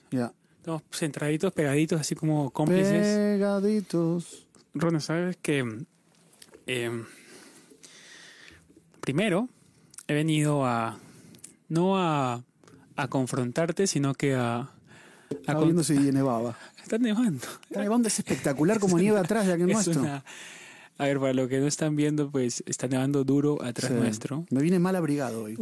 Ya. Estamos centraditos, pegaditos, así como cómplices. Pegaditos. Ron, ¿sabes que primero he venido no a confrontarte, sino que Estaba viendo si nevaba. Está nevando. Está nevando, es espectacular como nieva atrás de aquel nuestro. A ver, para los que no están viendo, pues está nevando duro atrás nuestro. Me vine mal abrigado hoy.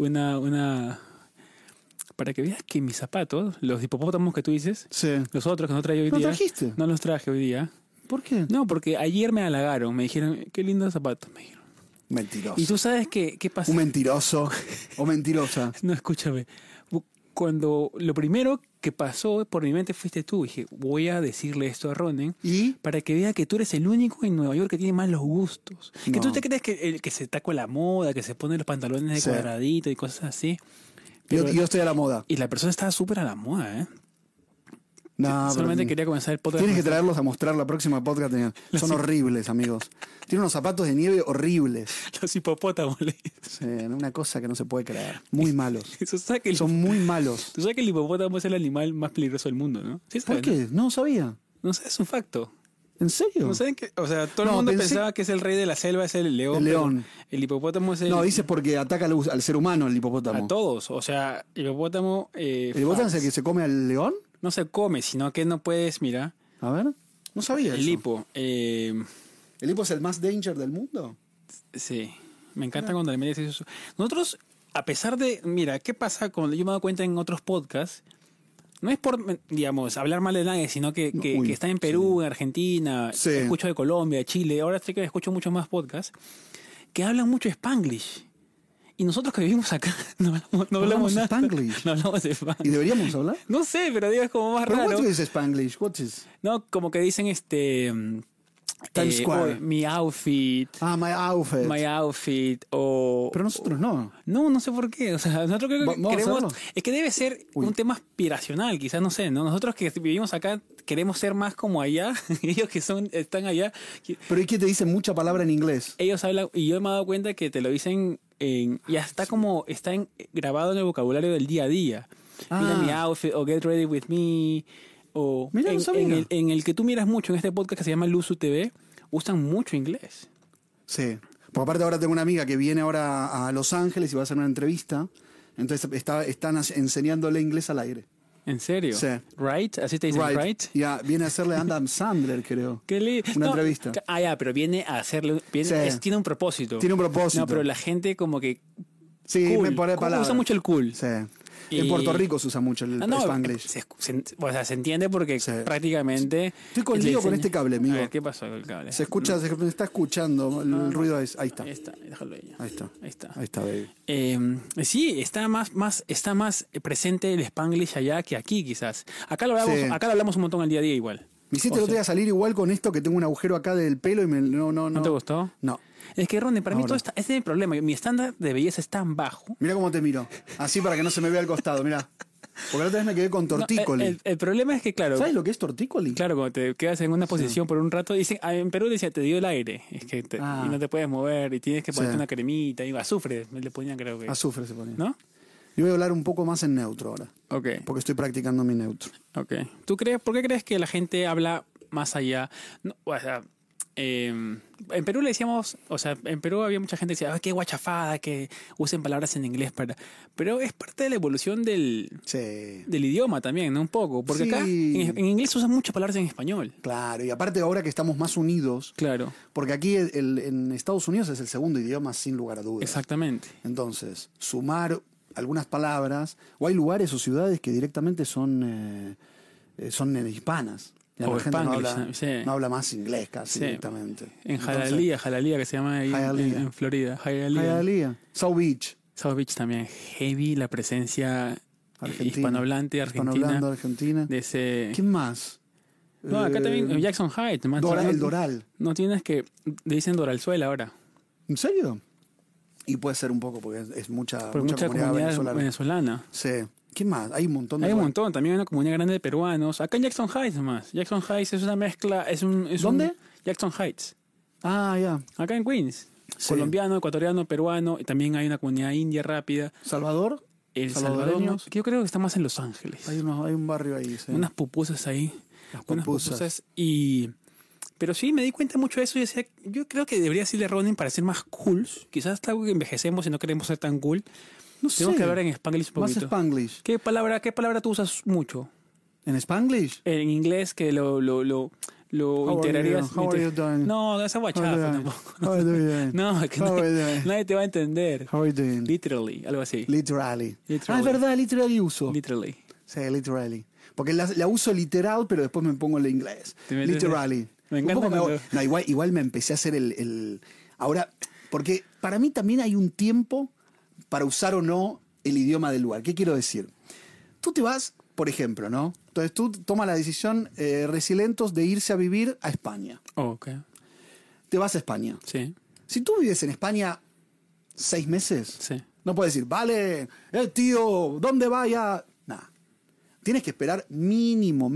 Para que veas que mis zapatos, los hipopótamos que tú dices, los otros que no traigo hoy día. ¿No trajiste? No los traje hoy día. ¿Por qué? No, porque ayer me halagaron. Me dijeron, qué lindos zapatos, me dijeron. Mentiroso. Y tú sabes qué pasa. Un mentiroso o mentirosa. No, escúchame. Cuando lo primero que pasó por mi mente fuiste tú, dije, voy a decirle esto a Ronen para que vea que tú eres el único en Nueva York que tiene más los gustos. No. Que tú te crees que el que se está con la moda, que se pone los pantalones de cuadradito y cosas así. Pero yo estoy a la moda. Y la persona estaba súper a la moda, ¿eh? No, solamente quería comenzar el podcast. Tienes que traerlos a mostrar la próxima podcast. Son horribles, amigos. Tienen unos zapatos de nieve horribles. Los hipopótamos. Sí, una cosa que no se puede creer. Muy malos. Son muy malos. Tú sabes que el hipopótamo es el animal más peligroso del mundo, ¿no? ¿Sí sabes, ¿por qué? No sabía. No sé, es un facto. ¿En serio? ¿No saben que, o sea, todo el mundo pensaba que es el rey de la selva, es el león. El león. El hipopótamo es el... No, dices porque ataca al ser humano el hipopótamo. A todos. O sea, el hipopótamo... ¿El hipopótamo es el que se come al león? No se come, sino que no puedes, mira. A ver, no sabía el eso. Hipo. ¿El hipo es el más danger del mundo? Sí, me encanta cuando le metes eso. Nosotros, a pesar de... Mira, ¿qué pasa cuando yo me doy cuenta en otros podcasts? No es por, digamos, hablar mal de nadie, sino que está en Perú, en Argentina, escucho de Colombia, de Chile, ahora estoy que escucho muchos más podcasts, que hablan mucho Spanglish. Y nosotros que vivimos acá no hablamos nada. Spanglish. No hablamos Spanglish. ¿Y deberíamos hablar? No sé, pero digo, es como más raro. ¿Pero qué es Spanglish? What is? No, como que dicen Times Square. Mi outfit. My outfit. My outfit. O... Pero nosotros no. No sé por qué. O sea, nosotros queremos... Es que debe ser un tema aspiracional, quizás, no sé, ¿no? Nosotros que vivimos acá queremos ser más como allá. Ellos que están allá. Pero ¿y qué te dicen mucha palabra en inglés? Ellos hablan... Y yo me he dado cuenta que te lo dicen ya está como... Está grabado en el vocabulario del día a día. Mira mi outfit o get ready with me... O mira, en el que tú miras mucho en este podcast que se llama Luzu TV, usan mucho inglés. Sí. Porque aparte ahora tengo una amiga que viene ahora a Los Ángeles y va a hacer una entrevista. Entonces están enseñándole inglés al aire. ¿En serio? Sí. Right? ¿Así te dicen right? Ya, viene a hacerle a Adam Sandler, creo. Una entrevista. Pero viene a hacerle... Tiene un propósito. Tiene un propósito. No, pero la gente como que... Sí, cool. Me pone palabras. Usa mucho el cool. Sí. En Puerto Rico se usa mucho el Spanglish. Se entiende porque prácticamente... Estoy con lío con este cable, amigo. A ver, ¿qué pasó con el cable? Se está escuchando el ruido. Ahí está. Ahí está, déjalo ahí. Ahí está, baby. Sí, está más presente el Spanglish allá que aquí, quizás. Acá lo hablamos un montón al día a día igual. Me hiciste el otro día salir igual con esto que tengo un agujero acá del pelo y ¿No te gustó? No. Es que, Ronnie, para mí todo ese es el problema. Mi estándar de belleza es tan bajo. Mira cómo te miro. Así para que no se me vea al costado, mira. Porque la otra vez me quedé con tortícoli. No, el problema es que, claro... ¿Sabes lo que es tortícoli? Claro, cuando te quedas en una posición por un rato, dicen, en Perú decía, te dio el aire. Es que y no te puedes mover y tienes que ponerte una cremita. Y azufre, le ponían, creo que... Azufre se ponía. ¿No? Yo voy a hablar un poco más en neutro ahora. Ok. Porque estoy practicando mi neutro. Ok. ¿Por qué crees que la gente habla más allá? No, o sea... en Perú le decíamos, o sea, en Perú había mucha gente que decía, qué guachafada, que usen palabras en inglés pero es parte de la evolución del idioma también, ¿no? Un poco, porque acá en inglés se usan muchas palabras en español. Claro, y aparte ahora que estamos más unidos, claro, porque aquí en Estados Unidos es el segundo idioma sin lugar a dudas. Exactamente. Entonces, sumar algunas palabras, o hay lugares o ciudades que directamente son hispanas. Ya la gente no habla más inglés casi directamente. En Hialeah, que se llama ahí en Florida. Hialeah. South Beach. South Beach también. Heavy la presencia hispanohablante argentina. De ese... ¿Quién más? No, acá también Jackson Heights. El Doral. No tienes que... Le dicen Doralzuela ahora. ¿En serio? Y puede ser un poco porque es mucha comunidad venezolana. Sí. ¿Qué más? Hay un montón de... Hay un montón. También hay una comunidad grande de peruanos. Acá en Jackson Heights más. Jackson Heights es una mezcla... ¿Dónde? Jackson Heights. Ya. Acá en Queens. Sí. Colombiano, ecuatoriano, peruano. Y también hay una comunidad india rápida. ¿Salvador? El salvadoreño, yo creo que está más en Los Ángeles. Hay un barrio ahí, sí. Unas pupusas ahí. Las pupusas. Pero sí, me di cuenta mucho de eso y decía, yo creo que debería decirle Ronin para ser más cool. Quizás hasta algo que envejecemos y no queremos ser tan cool. No sé. Tenemos que hablar en Spanglish un poquito. Más Spanglish. ¿Qué palabra tú usas mucho? ¿En Spanglish? En inglés que lo integrarías. How are you doing? No, esa guachafa tampoco. How are you doing? No, es que nadie te va a entender. How are you doing? Literally, algo así. Literally. Ah, es verdad, literally uso. Literally. Sí, literally. Porque la uso literal, pero después me pongo el inglés. Literally. Me encanta. No, igual me empecé a hacer el... Ahora, porque para mí también hay un tiempo para usar o no el idioma del lugar. ¿Qué quiero decir? Tú te vas, por ejemplo, ¿no? Entonces tú tomas la decisión, Resilentos, de irse a vivir a España. Oh, ok. Te vas a España. Sí. Si tú vives en España 6 meses, sí. No puedes decir, vale, tío, ¿dónde vaya? Nada. Tienes que esperar mínimo,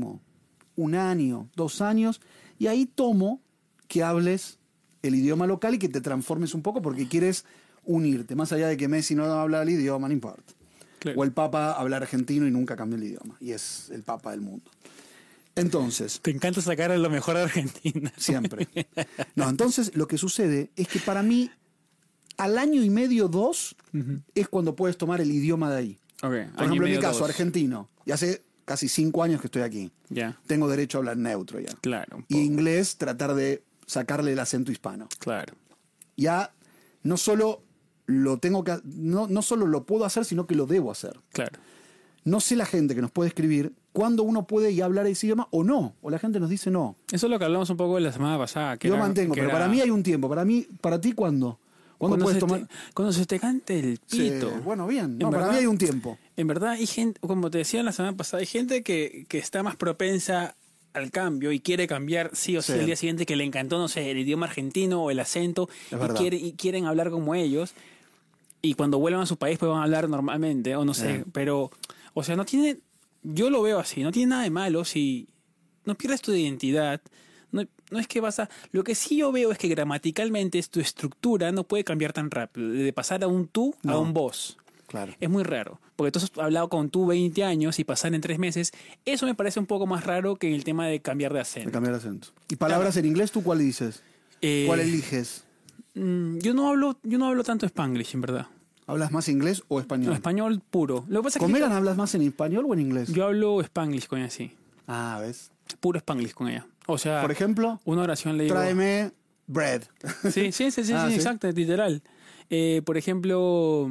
1 año, 2 años, y ahí tomo que hables el idioma local y que te transformes un poco porque quieres unirte. Más allá de que Messi no habla el idioma, no importa. Claro. O el Papa habla argentino y nunca cambió el idioma. Y es el Papa del mundo. Entonces... Te encanta sacar lo mejor de Argentina. Siempre. No, entonces lo que sucede es que para mí, al año y medio, 2, es cuando puedes tomar el idioma de ahí. Okay. Por ejemplo, en mi caso, argentino. Y hace casi 5 años que estoy aquí. Yeah. Tengo derecho a hablar neutro ya. Claro. Y inglés, tratar de sacarle el acento hispano. Claro. Ya no solo lo tengo que... No solo lo puedo hacer, sino que lo debo hacer. Claro. No sé la gente que nos puede escribir cuándo uno puede ya hablar ese idioma o no. O la gente nos dice no. Eso es lo que hablamos un poco la semana pasada. Yo mantengo, pero para mí hay un tiempo. Para ti, ¿cuándo? ¿Cuándo puedes tomar? Cuando se te cante el pito. Sí, bueno, bien. No, para mí hay un tiempo. En verdad, hay gente, como te decía la semana pasada, hay gente que está más propensa al cambio y quiere cambiar sí o sí el día siguiente, que le encantó, no sé, el idioma argentino o el acento y quieren hablar como ellos. Y cuando vuelvan a su país pues van a hablar normalmente, o no sé. Pero, o sea, no tiene... Yo lo veo así, no tiene nada de malo si no pierdes tu identidad. No es que vas a... Lo que sí yo veo es que gramaticalmente tu estructura no puede cambiar tan rápido. De pasar a un tú a un vos. Claro. Es muy raro. Porque tú has hablado con tú 20 años y pasar en 3 meses. Eso me parece un poco más raro que en el tema de cambiar de acento. De cambiar de acento. ¿Y palabras en inglés tú cuál dices? ¿Cuál eliges? Yo no hablo tanto Spanglish, en verdad. ¿Hablas más inglés o español? No, español puro. Lo que pasa es ¿Con Megan hablas más en español o en inglés? Yo hablo Spanglish con ella, sí. Ah, ¿ves? Puro Spanglish con ella. O sea, por ejemplo, una oración le digo... Tráeme bread. Sí, exacto, literal. Por ejemplo...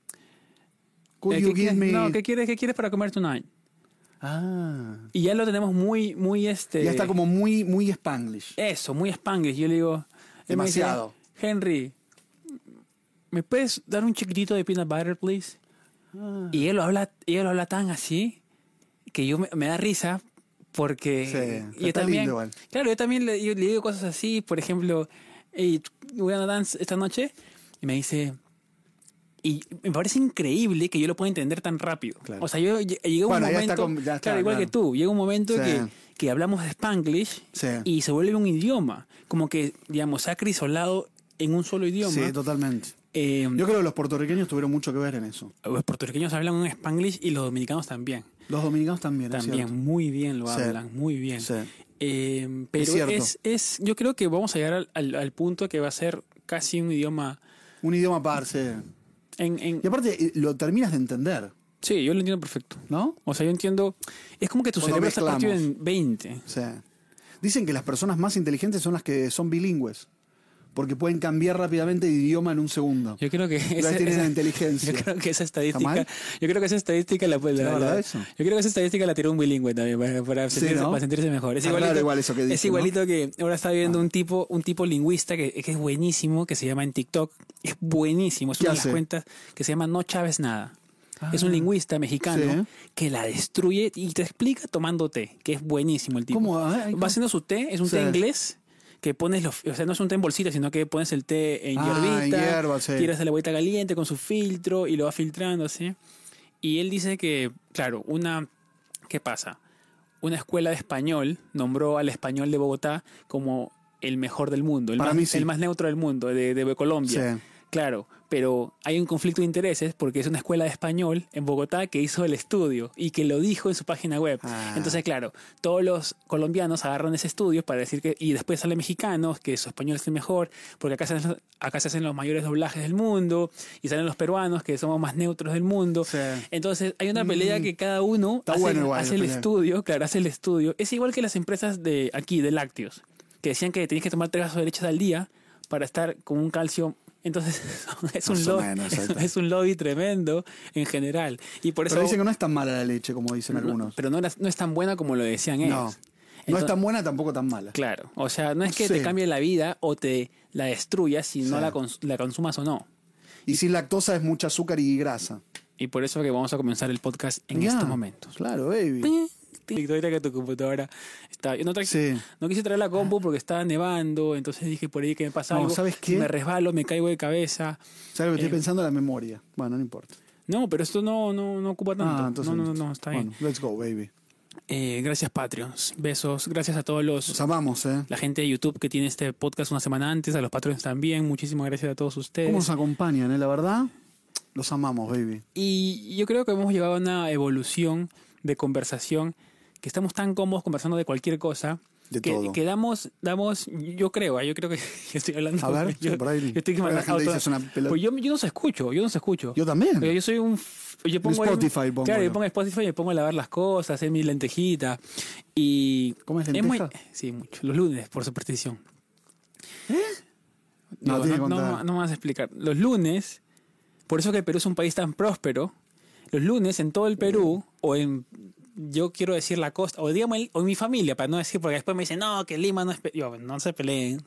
¿qué quieres para comer tonight? Ah. Y ya lo tenemos muy Ya está como muy Spanglish. Eso, muy Spanglish. Yo le digo... Demasiado. Dice, Henry, ¿me puedes dar un chiquitito de peanut butter, please? Ah. Y él lo habla tan así que yo me da risa porque yo también, claro, yo también le digo cosas así, por ejemplo, hey, voy a dance esta noche y me dice, y me parece increíble que yo lo pueda entender tan rápido. Claro. O sea, yo llegué a un momento, igual que tú, llega un momento que hablamos de Spanglish y se vuelve un idioma, como que, digamos, se ha acrisolado en un solo idioma. Sí, totalmente. Yo creo que los puertorriqueños tuvieron mucho que ver en eso. Los puertorriqueños hablan un Spanglish y los dominicanos también. Los dominicanos también, muy bien lo hablan, muy bien. Sí. Pero yo creo que vamos a llegar al punto que va a ser casi un idioma... Un idioma par, sí. Y aparte, lo terminas de entender. Sí, yo lo entiendo perfecto. ¿No? O sea, yo entiendo... Es como que tu cerebro está partido en 20. Sí. Dicen que las personas más inteligentes son las que son bilingües. Porque pueden cambiar rápidamente de idioma en un segundo. Yo creo que esa inteligencia. Yo creo que esa estadística la tiró un bilingüe también para sentirse mejor. Es igualito que ahora está viendo un tipo lingüista que es buenísimo, que se llama en TikTok. Es buenísimo, es una de las cuentas que se llama No Chaves Nada. Es un lingüista mexicano que la destruye y te explica tomando té, que es buenísimo el tipo. ¿Cómo? Va haciendo su té, es un té inglés. Que pones o sea, no es un té en bolsita, sino que pones el té en hierbita, tiras la agüita caliente con su filtro y lo va filtrando así. Y él dice que, claro, ¿qué pasa? Una escuela de español nombró al español de Bogotá como el mejor del mundo, el más neutro del mundo, de Colombia. Sí. Claro, pero hay un conflicto de intereses porque es una escuela de español en Bogotá que hizo el estudio y que lo dijo en su página web. Entonces, claro, todos los colombianos agarran ese estudio para decir que... Y después salen mexicanos, que su español es el mejor, porque acá se hacen los mayores doblajes del mundo, y salen los peruanos, que somos más neutros del mundo. Sí. Entonces, hay una pelea que cada uno hace el estudio. Claro, hace el estudio. Es igual que las empresas de aquí, de lácteos, que decían que tenías que tomar 3 vasos de leche al día para estar con un calcio... Entonces es un lobby tremendo en general. Y por eso, pero dicen que no es tan mala la leche como dicen algunos. Pero no es tan buena como lo decían ellos. No, no es tan buena, tampoco tan mala. Claro, o sea, no es que te cambie la vida o te la destruyas si no la consumas o no. Y sin lactosa es mucho azúcar y grasa. Y por eso que vamos a comenzar el podcast en estos momentos. Claro, baby. Ahorita que tu computadora está... Yo no quise traer la compu porque estaba nevando, entonces dije por ahí que me pasa algo. ¿Sabes qué? Me resbalo, me caigo de cabeza. ¿Sabes lo que estoy pensando? La memoria. Bueno, no importa. No, pero esto no ocupa tanto. Entonces, no, está bien. Let's go, baby. Gracias, Patreons. Besos. Gracias a todos los amamos, la gente de YouTube que tiene este podcast una semana antes, a los Patreons también. Muchísimas gracias a todos ustedes. ¿Cómo nos acompañan, la verdad? Los amamos, baby. Y yo creo que hemos llegado a una evolución de conversación que estamos tan cómodos conversando de cualquier cosa. De todo. Que damos, yo creo que estoy hablando. A ver, yo por ahí. estoy que la gente dice, es una pelota. Pues yo no se escucho. Yo también. Yo soy yo pongo Spotify pongo. Claro, yo pongo Spotify y me pongo a lavar las cosas, hacer mi lentejita. Y ¿Comes lentejas? Sí, mucho. Los lunes, por superstición. No me vas a explicar. Los lunes, por eso que el Perú es un país tan próspero, los lunes en todo el Perú, yo quiero decir la costa, o digamos, o mi familia, para no decir, porque después me dicen, no, que Lima no es... Yo, no se peleen.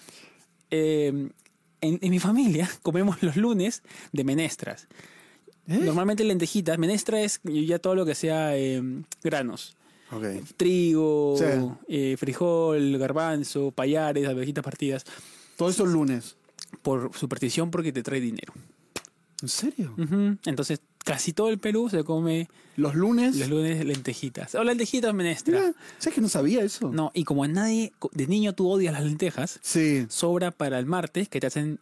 En mi familia comemos los lunes de menestras. Normalmente lentejitas. Menestra es ya todo lo que sea granos. Okay. Trigo, frijol, garbanzo, payares, alvejitas partidas. Todo eso el lunes. Por superstición, porque te trae dinero. ¿En serio? Entonces, casi todo el Perú se come... ¿Los lunes? Los lunes lentejitas. O lentejitas menestra. Mira, ¿sabes que no sabía eso? No, y como a nadie... De niño tú odias las lentejas. Sí. Sobra para el martes que te hacen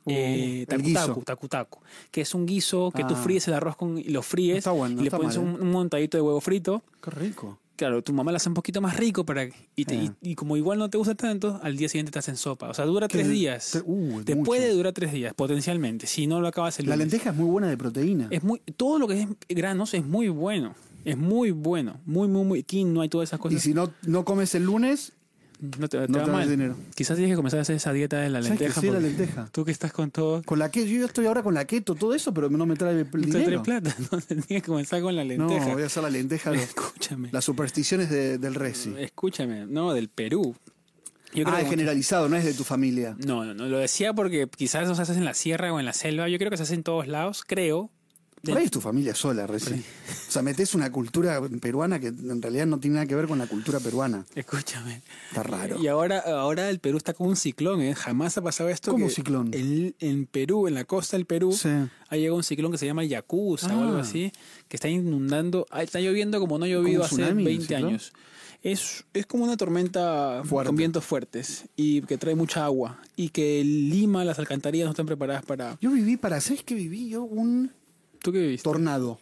tacu, que es un guiso que tú fríes el arroz y lo fríes. Está bueno, y le pones un montadito de huevo frito. Qué rico. Claro, tu mamá la hace un poquito más rico y como igual no te gusta tanto, al día siguiente te hacen sopa. O sea, dura 3 días. Te puede durar 3 días, potencialmente. Si no lo acabas el lunes. La lenteja es muy buena de proteína. Todo lo que es granos es muy bueno. Es muy bueno. Muy. Aquí no hay todas esas cosas. Y si no comes el lunes, no te va mal. Dinero. Quizás tienes que comenzar a hacer esa dieta de la lenteja. Sí, la lenteja. Tú que estás con todo. Con la keto, yo estoy ahora con la keto, todo eso, pero no me trae el dinero. No te trae plata, entonces tienes que comenzar con la lenteja. No, voy a hacer la lenteja. Escúchame. Las supersticiones del Resi. Escúchame, no, del Perú. Es generalizado, no es de tu familia. No, lo decía porque quizás no se hace en la sierra o en la selva. Yo creo que se hace en todos lados, creo. Por ahí es tu familia sola, Reci. O sea, metés una cultura peruana que en realidad no tiene nada que ver con la cultura peruana. Escúchame. Está raro. Y ahora el Perú está como un ciclón, ¿eh? Jamás ha pasado esto. ¿Cómo ciclón? En Perú, en la costa del Perú, ha llegado un ciclón que se llama Yakuza o algo así, que está inundando. Está lloviendo como no ha llovido hace tsunami, 20 años. Es como una tormenta con vientos fuertes y que trae mucha agua. Y que Lima, las alcantarillas no están preparadas para... ¿Sabes qué viví yo? ¿Tú qué viviste? Tornado.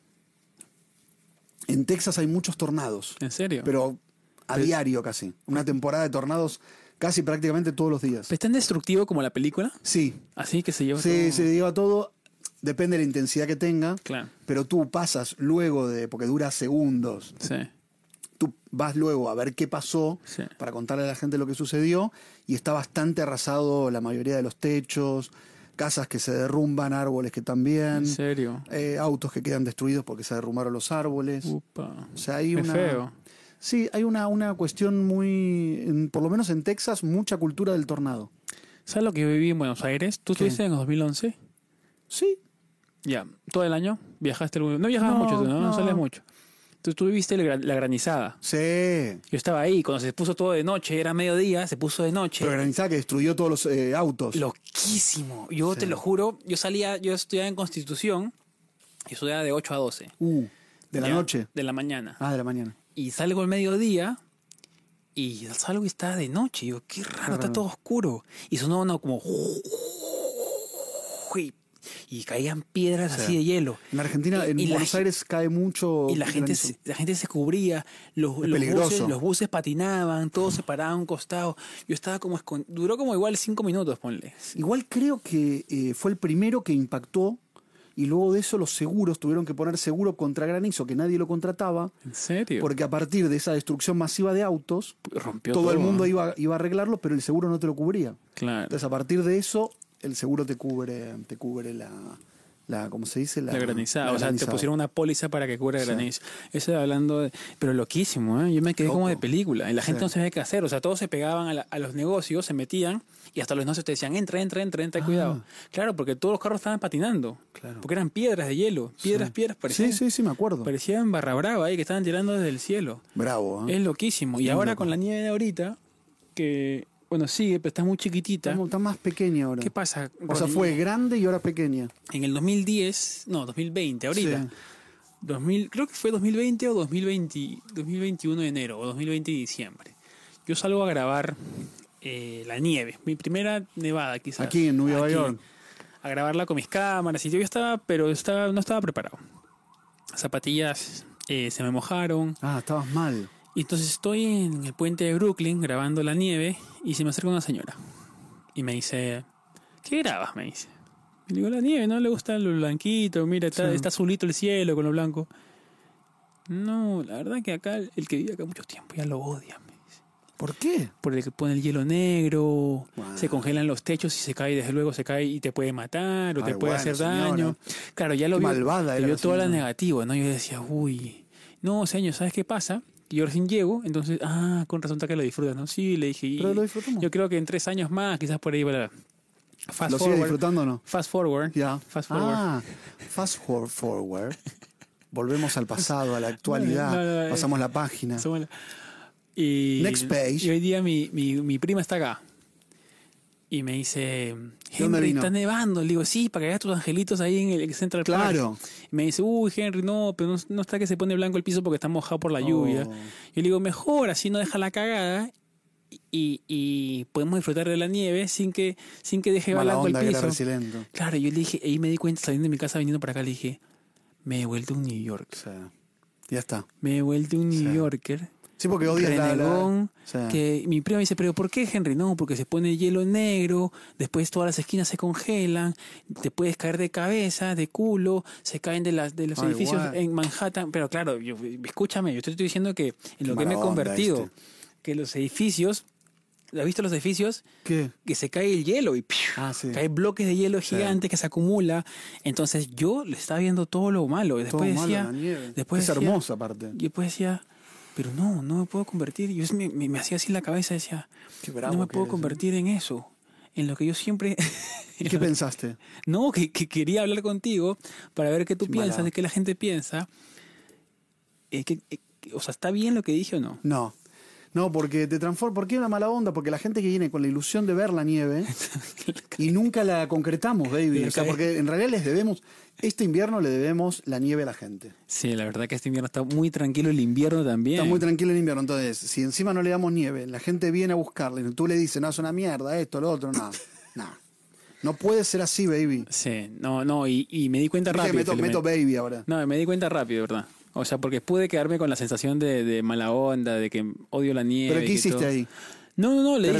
En Texas hay muchos tornados. ¿En serio? Pero a diario casi. Una temporada de tornados casi prácticamente todos los días. ¿Es tan destructivo como la película? Sí. ¿Así que se lleva todo? Sí, se lleva todo. Depende de la intensidad que tenga. Claro. Pero tú pasas luego porque dura segundos. Sí. Tú vas luego a ver qué pasó para contarle a la gente lo que sucedió. Y está bastante arrasado la mayoría de los techos. Casas que se derrumban, árboles que también. ¿En serio? Autos que quedan destruidos porque se derrumbaron los árboles. Upa. O sea, hay feo. Sí, hay una cuestión por lo menos en Texas, mucha cultura del tornado. ¿Sabes lo que yo viví en Buenos Aires? ¿Tú estuviste en 2011? Sí. Ya, todo el año viajaste. No viajabas mucho, no salías mucho. Tú viviste la granizada. Sí. Yo estaba ahí, cuando se puso todo de noche, era mediodía, se puso de noche. Pero granizada que destruyó todos los autos. Loquísimo. Yo te lo juro, yo estudiaba en Constitución, y estudiaba de 8 a 12. ¿De la noche? De la mañana. De la mañana. Y salgo al mediodía, y salgo y está de noche. Y yo, qué raro, está todo oscuro. Y sonó como... y caían piedras así de hielo. En Argentina, en Buenos Aires cae mucho. Y la gente se cubría, los buses patinaban, todos se paraban a un costado. Yo estaba como duró como igual 5 minutos, ponle. Igual creo que fue el primero que impactó. Y luego de eso los seguros tuvieron que poner seguro contra granizo, que nadie lo contrataba. ¿En serio? Porque a partir de esa destrucción masiva de autos, rompió todo el mundo iba a arreglarlo, pero el seguro no te lo cubría. Claro. Entonces a partir de eso, el seguro te cubre la ¿cómo se dice? La granizada. O sea, te pusieron una póliza para que cubra granizo. Eso hablando de... Pero loquísimo, ¿eh? Yo me quedé como de película. Y la gente no sabía qué hacer. O sea, todos se pegaban a los negocios, se metían, y hasta los negocios te decían, entra, cuidado. Claro, porque todos los carros estaban patinando. Claro. Porque eran piedras de hielo. Piedras, parecían... Sí, me acuerdo. Parecían barra brava ahí, que estaban tirando desde el cielo. Bravo, ¿eh? Es loquísimo. Y ahora con la nieve de ahorita, que... Bueno, sigue, pero está muy chiquitita. Está más pequeña ahora. ¿Qué pasa? O sea, fue grande y ahora pequeña. En el 2020, ahorita. Sí. Creo que fue 2020 o 2021 de enero, o 2020 de diciembre. Yo salgo a grabar la nieve. Mi primera nevada, quizás. Aquí en Nueva York. A grabarla con mis cámaras. Y yo estaba, pero no estaba preparado. Las zapatillas se me mojaron. Estabas mal. Y entonces estoy en el puente de Brooklyn grabando la nieve y se me acerca una señora. Y me dice, ¿qué grabas? Me dice. Y le digo, la nieve, ¿no le gusta lo blanquito? Mira, está azulito el cielo con lo blanco. No, la verdad que acá, el que vive acá mucho tiempo ya lo odia, me dice. ¿Por qué? Porque que pone el hielo negro, se congelan los techos y se cae, desde luego se cae y te puede matar o te puede hacer daño. Claro, ya lo vio. Malvada vio todas las negativas, ¿no? Yo decía, no, señor, ¿sabes qué pasa? Y yo recién llego, entonces, con razón está que lo disfrutas, ¿no? Sí, le dije. Pero lo disfrutamos. Yo creo que en 3 años más, quizás por ahí va ¿Lo sigue disfrutando o no? Fast forward. Ya. Fast forward. Fast forward. Volvemos al pasado, a la actualidad. Pasamos la página. Next page. Y hoy día mi prima está acá. Y me dice, Henry, está nevando. Le digo, sí, para que hagas tus angelitos ahí en el Central Park. Claro. Y me dice, Henry, no, pero no está que se pone blanco el piso porque está mojado por la lluvia. Yo le digo, mejor, así no deja la cagada y podemos disfrutar de la nieve sin que deje blanco el piso. Claro, yo le dije, ahí me di cuenta saliendo de mi casa viniendo para acá, le dije, me he vuelto un New York. O sea, ya está. Me he vuelto un New Yorker. Sí, porque odias renegón, que mi prima dice, pero ¿por qué, Henry? No, porque se pone hielo negro, después todas las esquinas se congelan, te puedes caer de cabeza, de culo, se caen de los edificios en Manhattan. Pero claro, escúchame, yo te estoy diciendo que en lo que me he convertido, que los edificios, ¿has visto los edificios? ¿Qué? Que se cae el hielo y caen bloques de hielo gigantes que se acumula. Entonces yo le estaba viendo todo lo malo. Y después todo decía, malo, la nieve. Es hermosa aparte. Y después decía, pero no me puedo convertir. Yo me hacía así en la cabeza, decía, no me puedo convertir en eso. En lo que yo siempre... ¿Y qué pensaste? No, que quería hablar contigo para ver qué tú piensas, de qué la gente piensa. O sea, ¿está bien lo que dije o no? No, porque te transforma. ¿Por qué una mala onda? Porque la gente que viene con la ilusión de ver la nieve y nunca la concretamos, baby. O sea, porque en realidad este invierno le debemos la nieve a la gente. Sí, la verdad que este invierno está muy tranquilo, el invierno también. Está muy tranquilo el invierno. Entonces, si encima no le damos nieve, la gente viene a buscarla y tú le dices, no, es una mierda, esto, lo otro, no. No puede ser así, baby. Sí, no, y me di cuenta rápido. Meto baby ahora. No, me di cuenta rápido, ¿verdad? O sea, porque pude quedarme con la sensación de mala onda, de que odio la nieve. ¿Pero qué hiciste ahí? No, le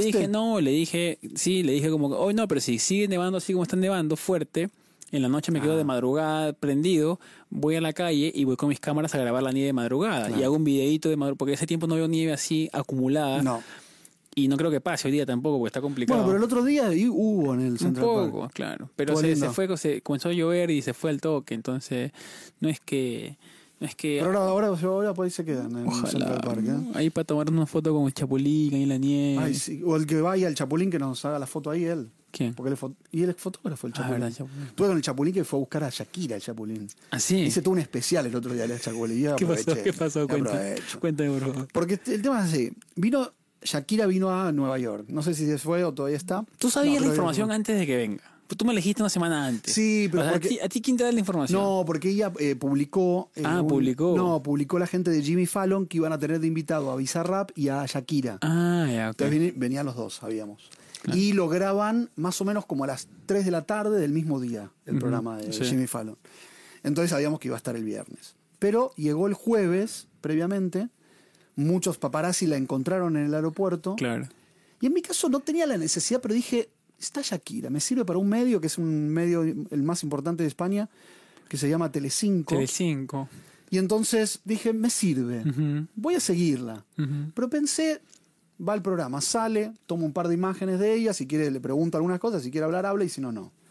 dije como, no, pero si sigue nevando así como está nevando, fuerte, en la noche me quedo de madrugada prendido, voy a la calle y voy con mis cámaras a grabar la nieve de madrugada. Claro. Y hago un videíto de madrugada, porque ese tiempo no veo nieve así acumulada. No. Y no creo que pase hoy día tampoco, porque está complicado. Bueno, pero el otro día hubo en el Central Park. Un poco, claro. Pero se comenzó a llover y se fue al toque, entonces no es que... Pero ahora por ahí se quedan en el Central Park, ¿eh? Ahí para tomar una foto con el Chapulín ahí en la nieve. Ay, sí. O el que vaya al Chapulín que nos haga la foto ahí, él. ¿Quién? Porque él es fotógrafo, el Chapulín. Estuve con el Chapulín que fue a buscar a Shakira, el Chapulín. ¿Ah, sí? Hice todo un especial el otro día del Chapulín. ¿Qué pasó? Cuéntame, por favor. Porque el tema es así. Shakira vino a Nueva York. No sé si se fue o todavía está. ¿Tú sabías la información antes de que venga? Tú me elegiste una semana antes. Sí, pero... O sea, ¿a ti quién te da la información? No, porque ella publicó... publicó. No, publicó la gente de Jimmy Fallon que iban a tener de invitado a Bizarrap y a Shakira. Ya, ok. Entonces venían los dos, sabíamos. Claro. Y lo graban más o menos como a las 3 de la tarde del mismo día, el programa de Jimmy Fallon. Entonces sabíamos que iba a estar el viernes. Pero llegó el jueves, previamente, muchos paparazzi la encontraron en el aeropuerto. Claro. Y en mi caso no tenía la necesidad, pero dije, está Shakira, me sirve para un medio, que es un medio el más importante de España, que se llama Telecinco. Telecinco. Y entonces dije, me sirve, voy a seguirla. Pero pensé, va al programa, sale, tomo un par de imágenes de ella, si quiere le pregunto algunas cosas, si quiere hablar, habla, y si no, no.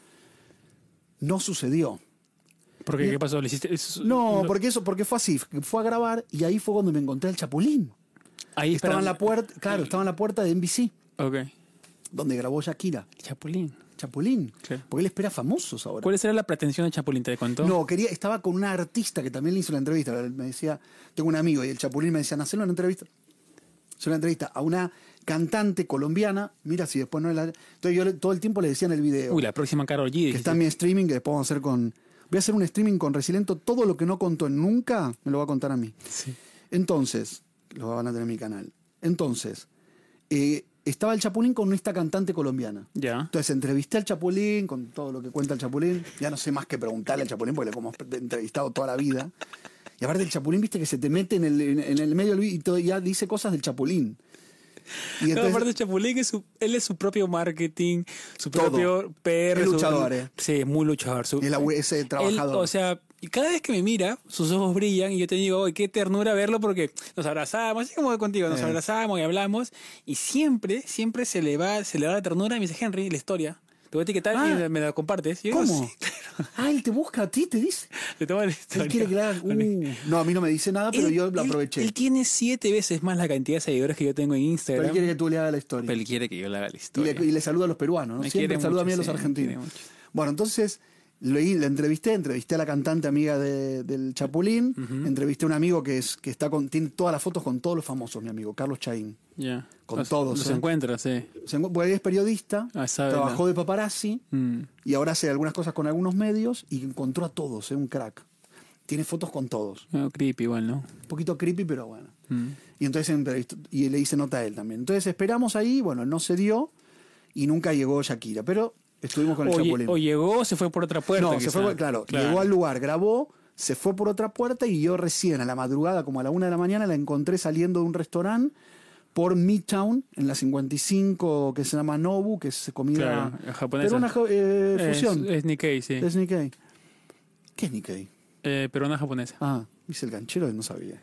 No sucedió. ¿Por qué? ¿Qué pasó? ¿Le hiciste? No, porque fue así, fue a grabar y ahí fue cuando me encontré al Chapulín. Ahí estaba en la puerta, claro, estaba en la puerta de NBC. Ok. Donde grabó Shakira. Chapulín. Chapulín. Claro. Porque él espera famosos ahora. ¿Cuál era la pretensión de Chapulín? ¿Te contó? No, estaba con una artista que también le hizo la entrevista. Me decía, tengo un amigo y el Chapulín me decía, hacerle una entrevista. Hacer una entrevista a una cantante colombiana. Mira, si después no es la. Entonces yo todo el tiempo le decía en el video. Uy, la próxima Karol G. Que está en mi streaming, que después vamos a hacer con. Voy a hacer un streaming con Resiliento. Todo lo que no contó en nunca, me lo va a contar a mí. Sí. Entonces, lo van a tener en mi canal. Entonces, estaba el Chapulín con esta cantante colombiana. Ya. Entonces entrevisté al Chapulín con todo lo que cuenta el Chapulín. Ya no sé más que preguntarle al Chapulín porque le hemos entrevistado toda la vida. Y aparte el Chapulín, viste que se te mete en el medio del video y ya dice cosas del Chapulín. Y entonces, no, aparte el Chapulín, él es su propio marketing, su todo. propio PR. Es luchador, Sí, es muy luchador. Ese trabajador. Él, o sea, y cada vez que me mira, sus ojos brillan y yo te digo, oye, qué ternura verlo porque nos abrazamos, así como contigo, nos abrazamos y hablamos y siempre se le va la ternura y me dice, Henry, la historia. Te voy a etiquetar y me la compartes. Y yo ¿Cómo? digo, sí, claro. Ah, él te busca a ti, te dice. Le toma la historia. Él quiere crear. No, a mí no me dice nada, pero yo lo aproveché. Él tiene 7 veces más la cantidad de seguidores que yo tengo en Instagram. Pero él quiere que tú le hagas la historia. Pero él quiere que yo le haga la historia. Y le saluda a los peruanos, ¿no? Siempre saluda a mí a los argentinos. Bueno, entonces le entrevisté a la cantante amiga del Chapulín, entrevisté a un amigo que tiene todas las fotos con todos los famosos, mi amigo, Carlos Chaín. Ya. Con todos. Los encuentra, sí. Porque él es periodista, trabajó de paparazzi y ahora hace algunas cosas con algunos medios y encontró a todos, un crack. Tiene fotos con todos. Creepy igual, ¿no? Un poquito creepy, pero bueno. Y entonces y le hice nota a él también. Entonces esperamos ahí, bueno, no se dio y nunca llegó Shakira, pero estuvimos con el Chapulín. O llegó o se fue por otra puerta. No, se fue, claro, llegó al lugar, grabó, se fue por otra puerta y yo recién a la madrugada, como a la 1 de la mañana, la encontré saliendo de un restaurante por Midtown, en la 55, que se llama Nobu, que es comida japonesa. peruana fusión. Es Nikkei, sí. Es Nikkei. ¿Qué es Nikkei? Peruana japonesa. Ah, dice el ganchero y no sabía.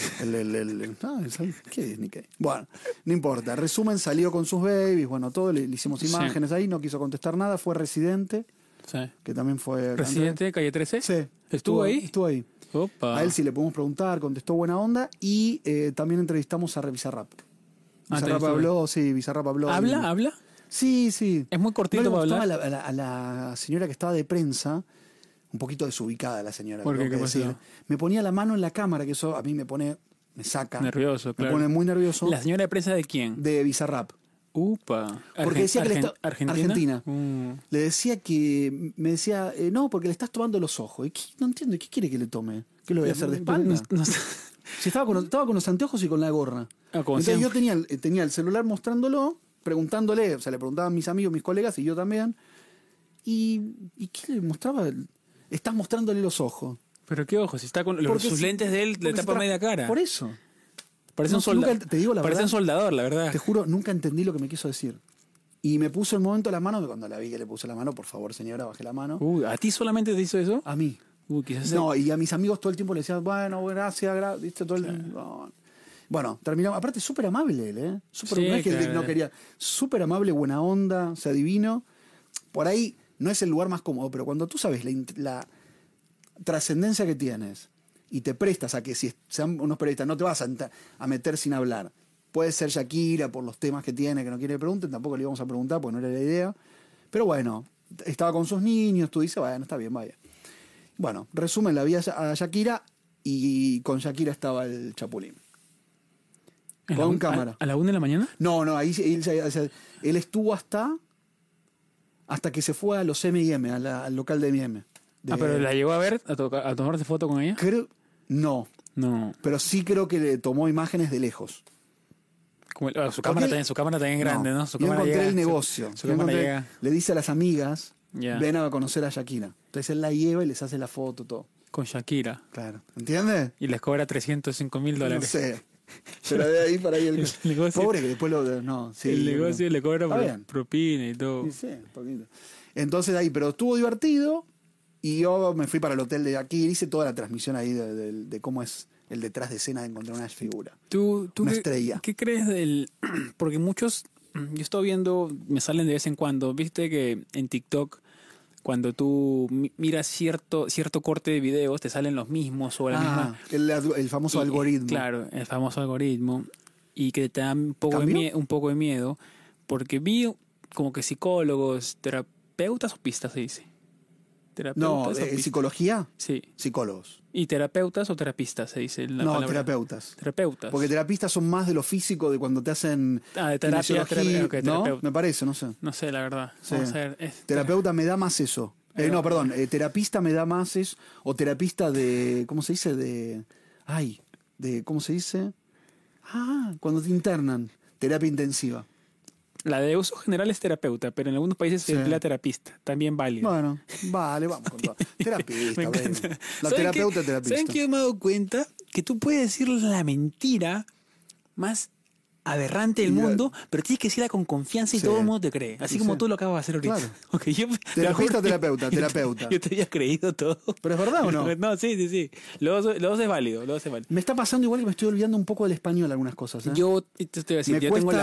¿Qué es Nikkei? Bueno, no importa. Resumen, salió con sus babies, bueno, todo, le hicimos imágenes ahí, no quiso contestar nada, fue Residente, que también fue... ¿Residente, calle 13? Sí. ¿Estuvo ahí? Estuvo ahí. Opa. A él sí le pudimos preguntar, contestó buena onda y también entrevistamos a Bizarrap. Bizarrap habló, sí, Bizarrap habló. ¿Habla? Sí, sí. Es muy cortito para hablar. A la señora que estaba de prensa, un poquito desubicada la señora. ¿Por qué? ¿Qué pasó? Me ponía la mano en la cámara, que eso a mí me saca. Nervioso, claro. Me pone muy nervioso. ¿La señora de prensa de quién? De Bizarrap. Upa. Porque decía que ¿Argentina? Le decía que... Me decía, no, porque le estás tomando los ojos. No entiendo, ¿qué quiere que le tome? ¿Qué lo voy a hacer de espalda? Si estaba con los anteojos y con la gorra. Entonces yo tenía el celular mostrándolo, preguntándole, o sea, le preguntaban a mis amigos, mis colegas y yo también. ¿Y qué le mostraba? Estás mostrándole los ojos. ¿Pero qué ojos? Si está con sus lentes de él, le tapa media cara. Por eso. Parece un soldador. Te digo la Parece verdad, un soldador, la verdad. Te juro, nunca entendí lo que me quiso decir. Y me puso el momento la mano, cuando la vi que le puse la mano, por favor, señora, bajé la mano. ¿A ti solamente te hizo eso? A mí. Quizás no, y a mis amigos todo el tiempo le decían, bueno, gracias, ¿viste? Todo el... no. Bueno, terminamos. Aparte, súper amable él, ¿eh? No es que él no quería. Súper amable, buena onda, o sea, divino. Por ahí no es el lugar más cómodo, pero cuando tú sabes la trascendencia que tienes y te prestas a que si sean unos periodistas, no te vas a meter sin hablar. Puede ser Shakira por los temas que tiene, que no quiere que pregunten, tampoco le íbamos a preguntar porque no era la idea. Pero bueno, estaba con sus niños, tú dices, bueno, está bien, vaya. Bueno, resumen, la vi a Shakira y con Shakira estaba el Chapulín. Con cámara. ¿A la 1 de la mañana? No, ahí él estuvo hasta que se fue a los M&M, al local de M&M. Pero ¿la llegó a ver, a tomarse foto con ella? No. Pero sí creo que le tomó imágenes de lejos. Su cámara también es grande, ¿no? Su yo cámara encontré llega, el negocio. Su cámara llega. Le dice a las amigas, Ya. ven a conocer a Shakira. Entonces él la lleva y les hace la foto, todo. Con Shakira. Claro. ¿Entiendes? Y les cobra $305,000. No sé. Pero de ahí para ahí el negocio. pobre que después lo... No, sí, El negocio le cobra Está bien. propina y todo. Sí, sí, un poquito. Entonces ahí, pero estuvo divertido y yo me fui para el hotel de Shakira, hice toda la transmisión ahí de cómo es el detrás de escena de encontrar una figura. ¿Tú Una qué, estrella. ¿Qué crees del...? Porque muchos... Yo estoy viendo, me salen de vez en cuando. Viste que en TikTok, cuando tú miras cierto corte de videos, te salen los mismos o la misma... El famoso algoritmo. Claro, el famoso algoritmo. Y que te da un poco de miedo. Porque vi como que psicólogos, terapeutas o pistas se dice. No, ¿psicología? Sí. Psicólogos. ¿Y terapeutas o terapistas se dice la palabra? Terapeutas. Terapeutas. Porque terapistas son más de lo físico, de cuando te hacen... de terapia. Okay, ¿no? Me parece, no sé. No sé, la verdad. Sí. Vamos a ver. Terapeuta me da más eso. Terapista me da más eso. O terapista de... ¿Cómo se dice? ¿Cómo se dice? Cuando te internan. Terapia intensiva. La de uso general es terapeuta, pero en algunos países se emplea terapista. También válido. Bueno, vale, vamos con todo. Terapista, Me encanta. La terapeuta es terapista. ¿Saben que yo me he dado cuenta? Que tú puedes decir la mentira más aberrante del mundo, pero tienes que decirla con confianza y todo el mundo te cree. Así como tú lo acabas de hacer ahorita. Claro. Okay, Terapista, terapeuta. Yo te había creído todo. ¿Pero es verdad o no? No, sí. Los dos es válido. Me está pasando igual que me estoy olvidando un poco del español algunas cosas. Yo te voy a decir, yo tengo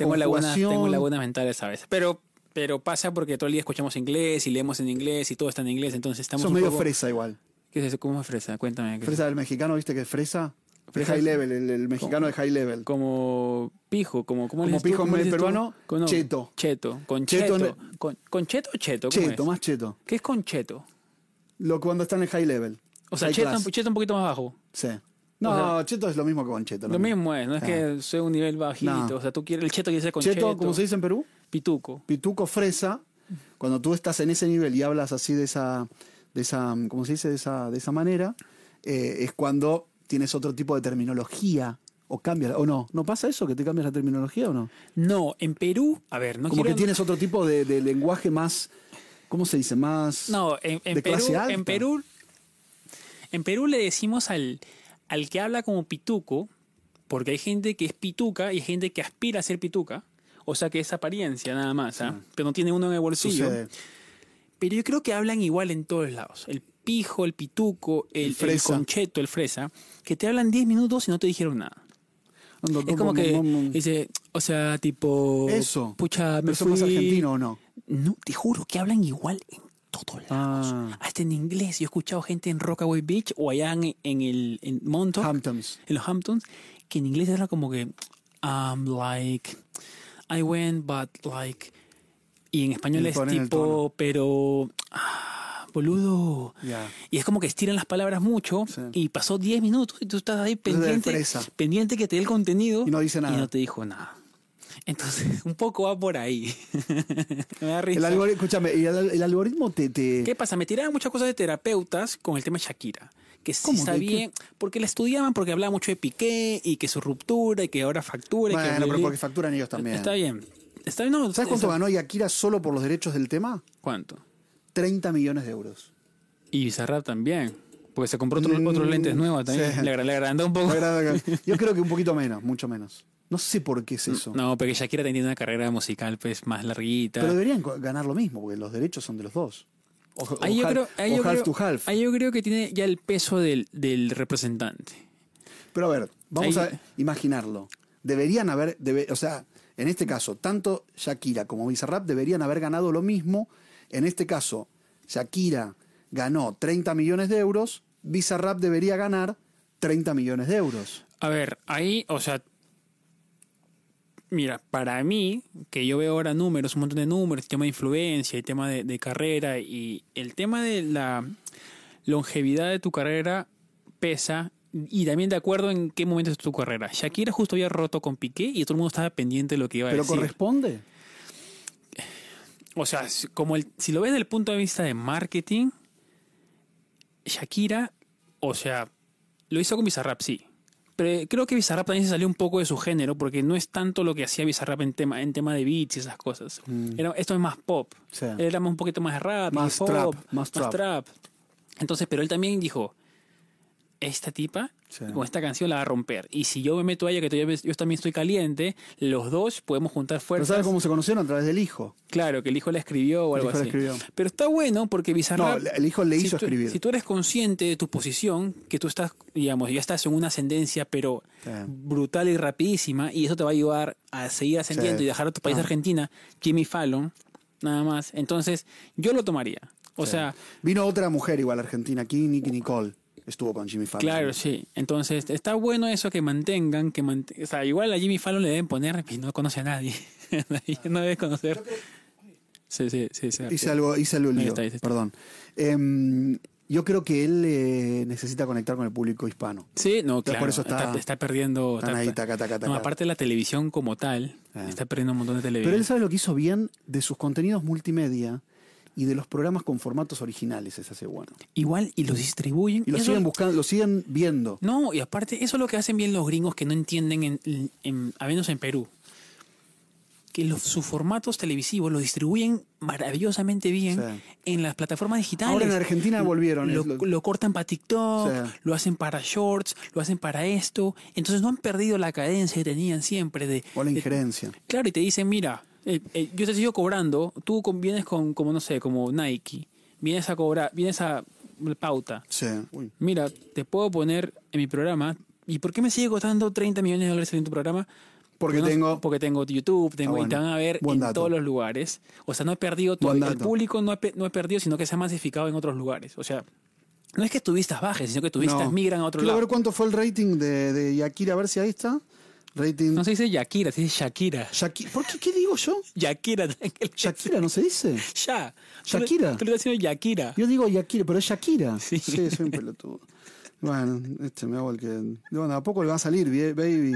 lagunas mentales a veces. Pero pasa porque todo el día escuchamos inglés y leemos en inglés y todo está en inglés, entonces estamos Sos medio fresa igual. ¿Qué es eso? ¿Cómo es fresa? Cuéntame. Fresa del mexicano, ¿viste que es fresa? De high level, el mexicano de high level. Como pijo, como pijo en peruano, cheto. Cheto. ¿Con cheto? ¿Con cheto o cheto? Cheto, más cheto. ¿Qué es con cheto? Lo cuando está en el high level. O sea, cheto un poquito más bajo. Sí. No, cheto es lo mismo que con cheto. Lo mismo es, no es que sea un nivel bajito. No. O sea, tú quieres el cheto quiere ser con cheto. Cheto, ¿cómo se dice en Perú? Pituco. Pituco, fresa. Cuando tú estás en ese nivel y hablas así de esa ¿cómo se dice? De esa manera, es cuando tienes otro tipo de terminología o cambias, o no. ¿No pasa eso, que te cambias la terminología o no? No, en Perú, a ver, no como quiero... que tienes otro tipo de lenguaje más, ¿cómo se dice? Más en de clase alta. En Perú le decimos al que habla como pituco, porque hay gente que es pituca y hay gente que aspira a ser pituca, o sea que es apariencia nada más, pero no tiene uno en el bolsillo. Sucede. Pero yo creo que hablan igual en todos lados. El pijo, el pituco, el concheto, el fresa, que te hablan 10 minutos y no te dijeron nada. Es como que dice, o sea, tipo... Eso. Pucha, me ¿Eso fui... más argentino o no? No, te juro que hablan igual en todos lados. Hasta en inglés. Yo he escuchado gente en Rockaway Beach o allá en Montauk. Hamptons. En los Hamptons, que en inglés era como que... like... I went, but like... Y en español es tipo, pero... boludo. Yeah. Y es como que estiran las palabras mucho y pasó 10 minutos y tú estás ahí pendiente que te dé el contenido y no dice nada. Y no te dijo nada. Entonces, un poco va por ahí. Me da risa. Escúchame, ¿y el algoritmo te...? ¿Qué pasa? Me tiraban muchas cosas de terapeutas con el tema de Shakira. Que sí sabía, porque la estudiaban, porque hablaba mucho de Piqué y que su ruptura y que ahora factura. Bueno, pero porque facturan ellos también. Está bien. No, ¿sabes cuánto ganó Shakira solo por los derechos del tema? ¿Cuánto? 30 millones de euros. Y Bizarrap también. Porque se compró otros lentes nuevos también. Sí. Le agrandó un poco. Yo creo que un poquito menos, mucho menos. No sé por qué es eso. No, porque Shakira tiene una carrera musical pues más larguita. Pero deberían ganar lo mismo, porque los derechos son de los dos. Ahí yo creo que tiene ya el peso del representante. Pero a ver, vamos a imaginarlo. Deberían haber... o sea, en este caso, tanto Shakira como Bizarrap deberían haber ganado lo mismo. En este caso, Shakira ganó 30 millones de euros, Bizarrap debería ganar 30 millones de euros. A ver, ahí, o sea, mira, para mí, que yo veo ahora números, un montón de números, el tema de influencia, el tema de carrera y el tema de la longevidad de tu carrera pesa. Y también de acuerdo en qué momento es tu carrera. Shakira justo había roto con Piqué y todo el mundo estaba pendiente de lo que iba a decir. ¿Pero corresponde? O sea, si lo ves desde el punto de vista de marketing, Shakira, o sea, lo hizo con Bizarrap, sí. Pero creo que Bizarrap también se salió un poco de su género, porque no es tanto lo que hacía Bizarrap en tema de beats y esas cosas. Esto es más pop. Sí. Era un poquito más de rap, Más pop, trap, más trap. Entonces, pero él también dijo, esta tipa con esta canción la va a romper. Y si yo me meto a ella, que yo también estoy caliente, los dos podemos juntar fuerzas. ¿Pero sabes cómo se conocieron? A través del hijo. Claro, que el hijo la escribió o algo así. Pero está bueno porque Bizarrap... No, el hijo le hizo escribir. Si tú eres consciente de tu posición, que tú estás, digamos, ya estás en una ascendencia, pero brutal y rapidísima, y eso te va a ayudar a seguir ascendiendo y dejar a tu país, Argentina, Jimmy Fallon, nada más. Entonces, yo lo tomaría. O sea... Vino otra mujer igual argentina aquí, Nicki Nicole. Estuvo con Jimmy Fallon. Claro, sí. Entonces, está bueno eso que mantengan, o sea, igual a Jimmy Fallon le deben poner, y no conoce a nadie. No debe conocer. Sí. Hice algo lío. Está. Perdón. Yo creo que él necesita conectar con el público hispano. Sí, no, entonces, claro. Por eso está perdiendo... ahí, taca. No, aparte la televisión como tal, está perdiendo un montón de televisión. Pero él sabe lo que hizo bien de sus contenidos multimedia y de los programas con formatos originales, es así bueno. Igual, y los distribuyen. Y los siguen buscando, los siguen viendo. No, y aparte, eso es lo que hacen bien los gringos que no entienden, a menos en Perú. Que sus formatos televisivos los distribuyen maravillosamente bien en las plataformas digitales. Ahora en Argentina volvieron. Lo cortan para TikTok, lo hacen para Shorts, lo hacen para esto. Entonces no han perdido la cadencia que tenían siempre. O la injerencia. Claro, y te dicen, mira... yo te sigo cobrando, tú vienes como no sé, como Nike, vienes a cobrar, vienes a pauta. Sí. Uy. Mira, te puedo poner en mi programa, ¿y por qué me sigue costando $30 millones en tu programa? Porque tengo YouTube, y te van a ver todos los lugares. O sea, no he perdido todo. El público no he perdido, sino que se ha masificado en otros lugares. O sea, no es que tus vistas bajen, sino que tus vistas migran a otro lado. Quiero ver cuánto fue el rating de Shakira, a ver si ahí está. Rating. No se dice Shakira, se dice Shakira. ¿Por qué? ¿Qué digo yo? Shakira. Shakira, ¿no se dice? Ya. Shakira. Tú le estás diciendo Shakira. Yo digo Shakira, pero es Shakira. Sí, soy un pelotudo. Bueno, me hago el que... Bueno, ¿a poco le va a salir, baby?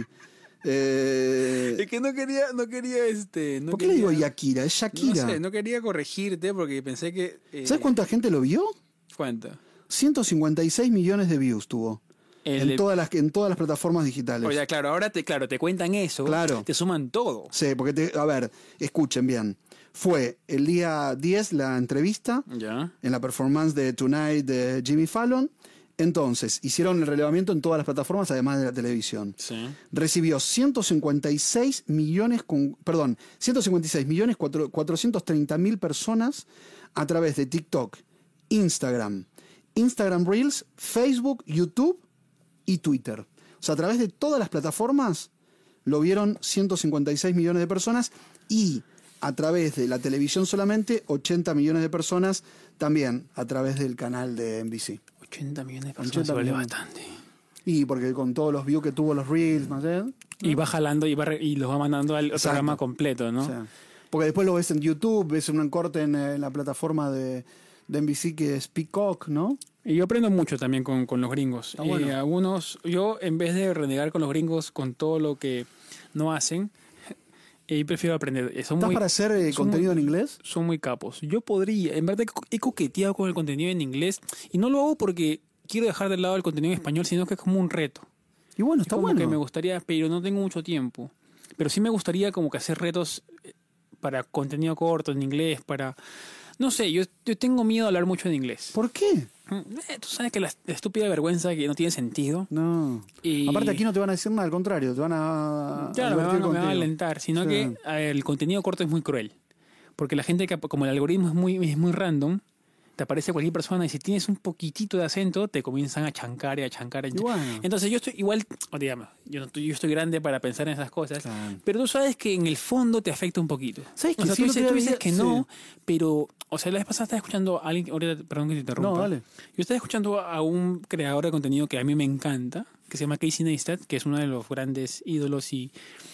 Es que no quería ¿Por qué le digo Shakira? Es Shakira. No sé, no quería corregirte porque pensé que... ¿Sabes cuánta gente lo vio? ¿Cuánto? 156 millones de views tuvo. En todas las plataformas digitales. Oye, claro, ahora te cuentan eso. Claro. Te suman todo. Sí, porque a ver, escuchen bien. Fue el día 10 la entrevista en la performance de Tonight de Jimmy Fallon. Entonces, hicieron el relevamiento en todas las plataformas, además de la televisión. Sí. Recibió 156 millones 430.000 personas a través de TikTok, Instagram Reels, Facebook, YouTube y Twitter. O sea, a través de todas las plataformas lo vieron 156 millones de personas y a través de la televisión solamente 80 millones de personas también a través del canal de NBC. 80 millones de personas se vale bastante. Y porque con todos los views que tuvo los Reels, ¿no? Y va jalando y los va mandando al programa completo, ¿no? O sea, porque después lo ves en YouTube, ves un corte en la plataforma de NBC que es Peacock, ¿no? Y yo aprendo mucho también con los gringos. Bueno. Yo en vez de renegar con los gringos con todo lo que no hacen, prefiero aprender. ¿Estás para hacer contenido en inglés? Son muy capos. Yo podría, en verdad he coqueteado con el contenido en inglés y no lo hago porque quiero dejar de lado el contenido en español, sino que es como un reto. Y bueno, está bueno. Que me gustaría, pero no tengo mucho tiempo. Pero sí me gustaría como que hacer retos para contenido corto en inglés, para... No sé, yo tengo miedo a hablar mucho en inglés. ¿Por qué? Tú sabes que la estúpida vergüenza que no tiene sentido. No. Aparte aquí no te van a decir nada, al contrario, te van a... Claro, me van a alentar, sino que el contenido corto es muy cruel. Porque la gente, como el algoritmo es muy random, te aparece cualquier persona y si tienes un poquitito de acento, te comienzan a chancar. Bueno. Entonces yo estoy igual, digamos, yo estoy grande para pensar en esas cosas, pero tú sabes que en el fondo te afecta un poquito. ¿Sabes que tú dices que no, pero, o sea, la vez pasada estaba escuchando a alguien, ahorita, perdón que te interrumpa. No, dale. Yo estaba escuchando a un creador de contenido que a mí me encanta, que se llama Casey Neistat, que es uno de los grandes ídolos y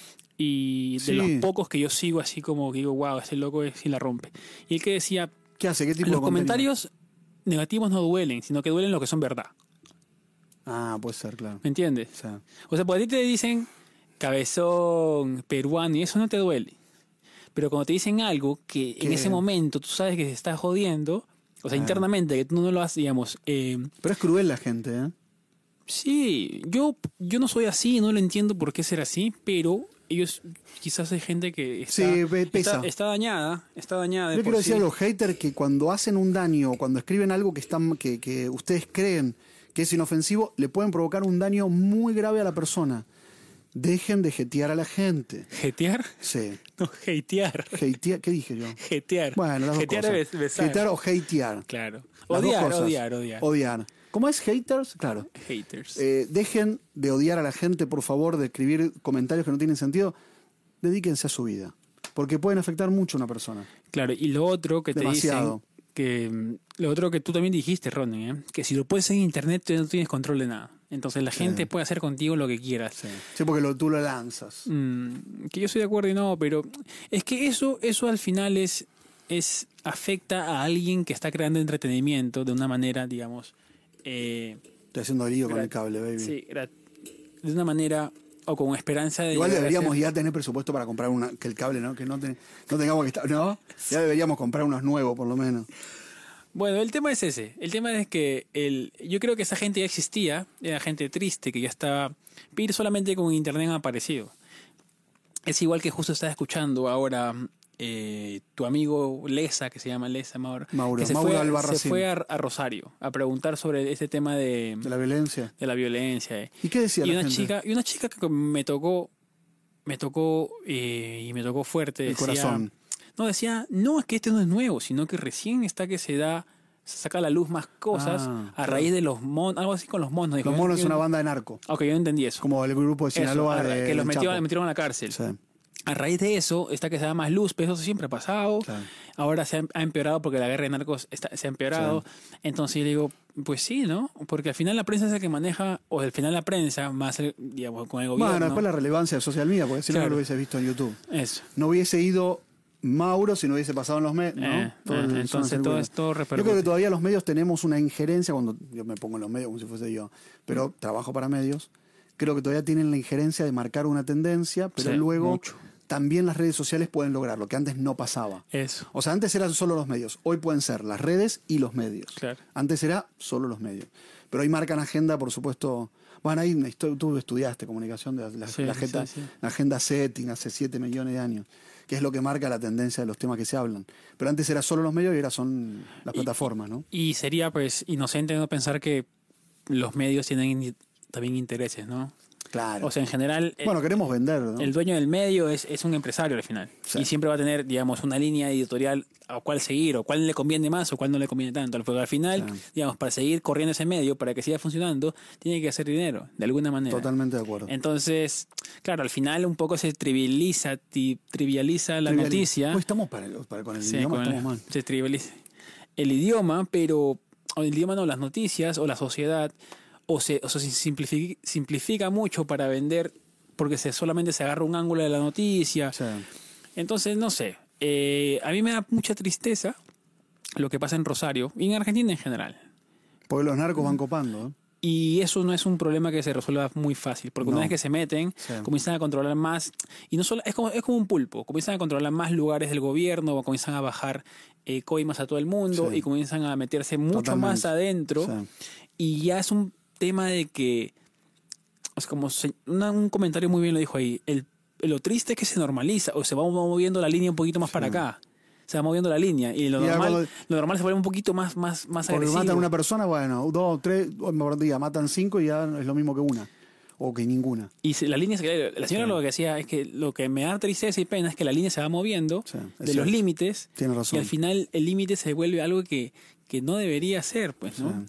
de los pocos que yo sigo así como que digo, wow, ese loco sí la rompe. Y él que decía... ¿Qué hace? ¿Qué tipo de los contenido? Comentarios negativos no duelen, sino que duelen lo que son verdad. Ah, puede ser, claro. ¿Me entiendes? Sí. O sea, por ahí te dicen cabezón, peruano, y eso no te duele. Pero cuando te dicen algo que en ese momento tú sabes que se está jodiendo, o sea, internamente, que tú no lo has, digamos... Pero es cruel la gente, ¿eh? Sí, yo no soy así, no lo entiendo por qué ser así, pero ellos quizás hay gente que pesa. Está dañada de Yo por quiero decir sí. a los haters que cuando hacen un daño, cuando escriben algo que ustedes creen que es inofensivo, le pueden provocar un daño muy grave a la persona. Dejen de hatear a la gente. ¿Hatear? Sí. No, hatear. Hatear, ¿qué dije yo? Hatear. Bueno, las dos Hatear cosas. es besar. Hatear o hatear. Claro. Las dos cosas. Odiar. Odiar. ¿Cómo es haters? Claro. Haters. Dejen de odiar a la gente, por favor, de escribir comentarios que no tienen sentido. Dedíquense a su vida. Porque pueden afectar mucho a una persona. Claro, y lo otro que Demasiado. te dicen, lo otro que tú también dijiste, Ronnie, que si lo puedes en internet tú no tienes control de nada. Entonces la gente puede hacer contigo lo que quieras. Sí, porque tú lo lanzas. Que yo estoy de acuerdo y no, pero es que eso al final afecta a alguien que está creando entretenimiento de una manera, digamos... Estoy haciendo lío con el cable, baby. Sí, de una manera o con esperanza de... Igual deberíamos ya tener presupuesto para comprar que el cable, ¿no? Que no tengamos que estar... ¿No? Ya deberíamos comprar unos nuevos, por lo menos. Bueno, el tema es ese. El tema es que yo creo que esa gente ya existía, era gente triste que ya estaba... Pero solamente con internet han aparecido. Es igual que justo estaba escuchando ahora tu amigo Lesa, que se llama Lesa Mauro que Mauro Albarracín. se fue a Rosario a preguntar sobre este tema de la violencia. De la violencia. ¿Y qué decía la gente? Y una chica que me tocó fuerte. El corazón. Decía, no, es que este no es nuevo, sino que recién está que se saca a la luz más cosas a raíz de los monos, algo así con los monos. Los monos es una banda de narco. Ok, yo no entendí eso. Como el grupo de Sinaloa. Que los metieron a la cárcel. Sí. A raíz de eso, está que se da más luz, pero eso siempre ha pasado. Claro. Ahora ha empeorado porque la guerra de narcos se ha empeorado. Sí. Entonces yo digo, pues sí, ¿no? Porque al final la prensa es la que maneja, o al final la prensa, más digamos, con el gobierno. Bueno, después la relevancia de social media, porque si no lo hubiese visto en YouTube. Eso. No hubiese ido Mauro si no hubiese pasado en los medios. Entonces todo esto repercute. Yo creo que todavía los medios tenemos una injerencia, cuando yo me pongo en los medios como si fuese yo, pero trabajo para medios, creo que todavía tienen la injerencia de marcar una tendencia, pero luego... Mucho. También las redes sociales pueden lograrlo, que antes no pasaba. Eso. O sea, antes eran solo los medios. Hoy pueden ser las redes y los medios. Claro. Antes era solo los medios. Pero hoy marcan agenda, por supuesto. Bueno, ahí tú estudiaste comunicación de la agenda setting hace 7 millones de años, que es lo que marca la tendencia de los temas que se hablan. Pero antes era solo los medios y ahora son las plataformas, ¿no? Y sería pues inocente no pensar que los medios tienen también intereses, ¿no? Claro. O sea, en general... Bueno, queremos vender, ¿no? El dueño del medio es un empresario al final. Sí. Y siempre va a tener, digamos, una línea editorial a cuál seguir, o cuál le conviene más, o cuál no le conviene tanto. Porque al final, digamos, para seguir corriendo ese medio, para que siga funcionando, tiene que hacer dinero, de alguna manera. Totalmente de acuerdo. Entonces, claro, al final un poco se trivializa la noticia. Pues estamos con el idioma, estamos mal. Se trivializa el idioma, pero... O el idioma no, las noticias o la sociedad... O se simplifica mucho para vender porque solamente se agarra un ángulo de la noticia. Sí. Entonces, no sé. A mí me da mucha tristeza lo que pasa en Rosario y en Argentina en general. Porque los narcos van copando, ¿eh? Y eso no es un problema que se resuelva muy fácil. Porque una vez que se meten, comienzan a controlar más. Y no solo es como un pulpo. Comienzan a controlar más lugares del gobierno, comienzan a bajar coimas a todo el mundo y comienzan a meterse mucho más adentro. Y ya es un tema de que, es como un comentario muy bien lo dijo ahí, lo triste es que se normaliza o se va moviendo la línea un poquito más para acá, se va moviendo la línea y lo normal se vuelve un poquito más agresivo. Cuando matan a una persona, bueno, 2, 3, matan 5 y ya es lo mismo que una o que ninguna. Y la línea, la señora lo que decía es que lo que me da tristeza y pena es que la línea se va moviendo de los límites. Tiene razón. Y al final el límite se vuelve algo que no debería ser, pues, ¿no?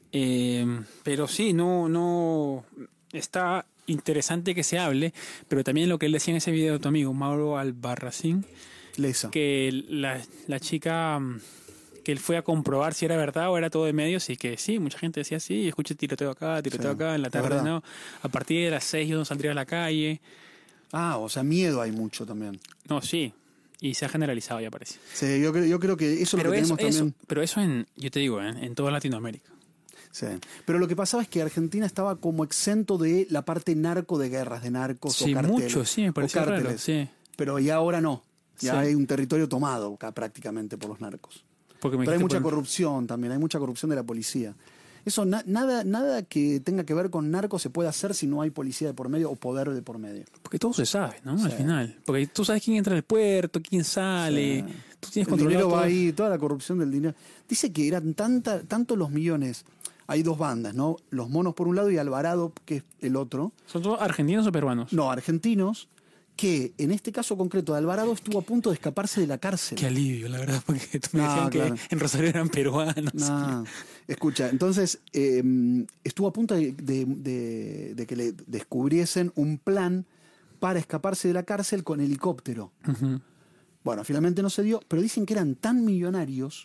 Pero sí, no está interesante que se hable, pero también lo que él decía en ese video de tu amigo Mauro Albarracín, Lesa, que la chica que él fue a comprobar si era verdad o era todo de medios y que sí, mucha gente decía sí, escuché tiroteo acá, en la tarde, ¿no? A partir de las 6 yo no saldría a la calle. O sea, miedo hay mucho también. No, sí. Y se ha generalizado, ya parece. Sí, yo creo que eso es lo que tenemos también. Pero eso yo te digo, en toda Latinoamérica. Sí. Pero lo que pasaba es que Argentina estaba como exento de la parte narco de guerras, de narcos o carteles. Mucho, sí, me pareció raro, sí. Pero ya ahora no. Ya hay un territorio tomado acá prácticamente por los narcos. Pero hay mucha corrupción también, hay mucha corrupción de la policía. Eso nada que tenga que ver con narcos se puede hacer si no hay policía de por medio o poder de por medio. Porque todo se sabe, ¿no? Sí. Al final. Porque tú sabes quién entra al puerto, quién sale. Sí. Tú tienes controlado. El dinero va ahí, toda la corrupción del dinero. Dice que eran tanto los millones. Hay dos bandas, ¿no? Los Monos por un lado y Alvarado, que es el otro. ¿Son todos argentinos o peruanos? No, argentinos. Que en este caso concreto de Alvarado estuvo a punto de escaparse de la cárcel. Qué alivio, la verdad, porque tú me decían que en Rosario eran peruanos. No. Escucha, entonces estuvo a punto de que le descubriesen un plan para escaparse de la cárcel con helicóptero. Uh-huh. Bueno, finalmente no se dio, pero dicen que eran tan millonarios,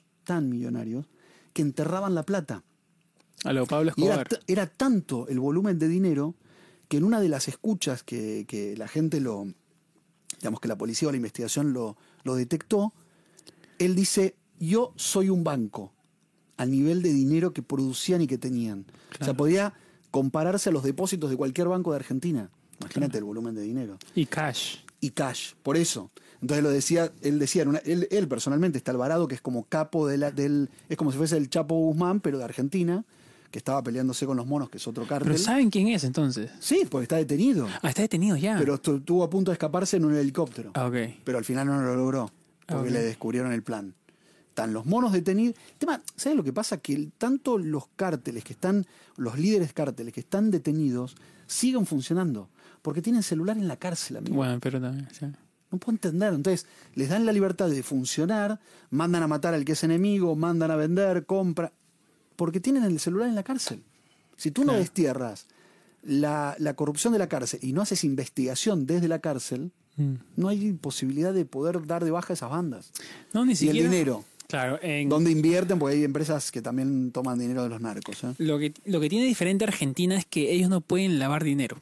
que enterraban la plata. A lo Pablo Escobar. Y era tanto el volumen de dinero que en una de las escuchas que la gente digamos que la policía o la investigación lo detectó, él dice, yo soy un banco al nivel de dinero que producían y que tenían. Claro. O sea, podía compararse a los depósitos de cualquier banco de Argentina. Imagínate el volumen de dinero. Y cash. Por eso. Entonces él decía, él personalmente está Alvarado, que es como capo es como si fuese el Chapo Guzmán, pero de Argentina, que estaba peleándose con los Monos, que es otro cártel. ¿Pero saben quién es entonces? Sí, porque está detenido. Ah, está detenido ya. Pero estuvo a punto de escaparse en un helicóptero. Ah, ok. Pero al final no lo logró, porque le descubrieron el plan. Están los Monos detenidos. Tema, ¿sabes lo que pasa? Que tanto los cárteles los líderes cárteles que están detenidos, siguen funcionando. Porque tienen celular en la cárcel, amigo. Bueno, pero también, sí. No puedo entender. Entonces, les dan la libertad de funcionar, mandan a matar al que es enemigo, mandan a vender, compra. Porque tienen el celular en la cárcel. Si tú no destierras la corrupción de la cárcel y no haces investigación desde la cárcel, no hay posibilidad de poder dar de baja esas bandas. No, ni siquiera. Y el dinero. Claro. ¿Dónde invierten? Porque hay empresas que también toman dinero de los narcos. Lo que tiene diferente Argentina es que ellos no pueden lavar dinero.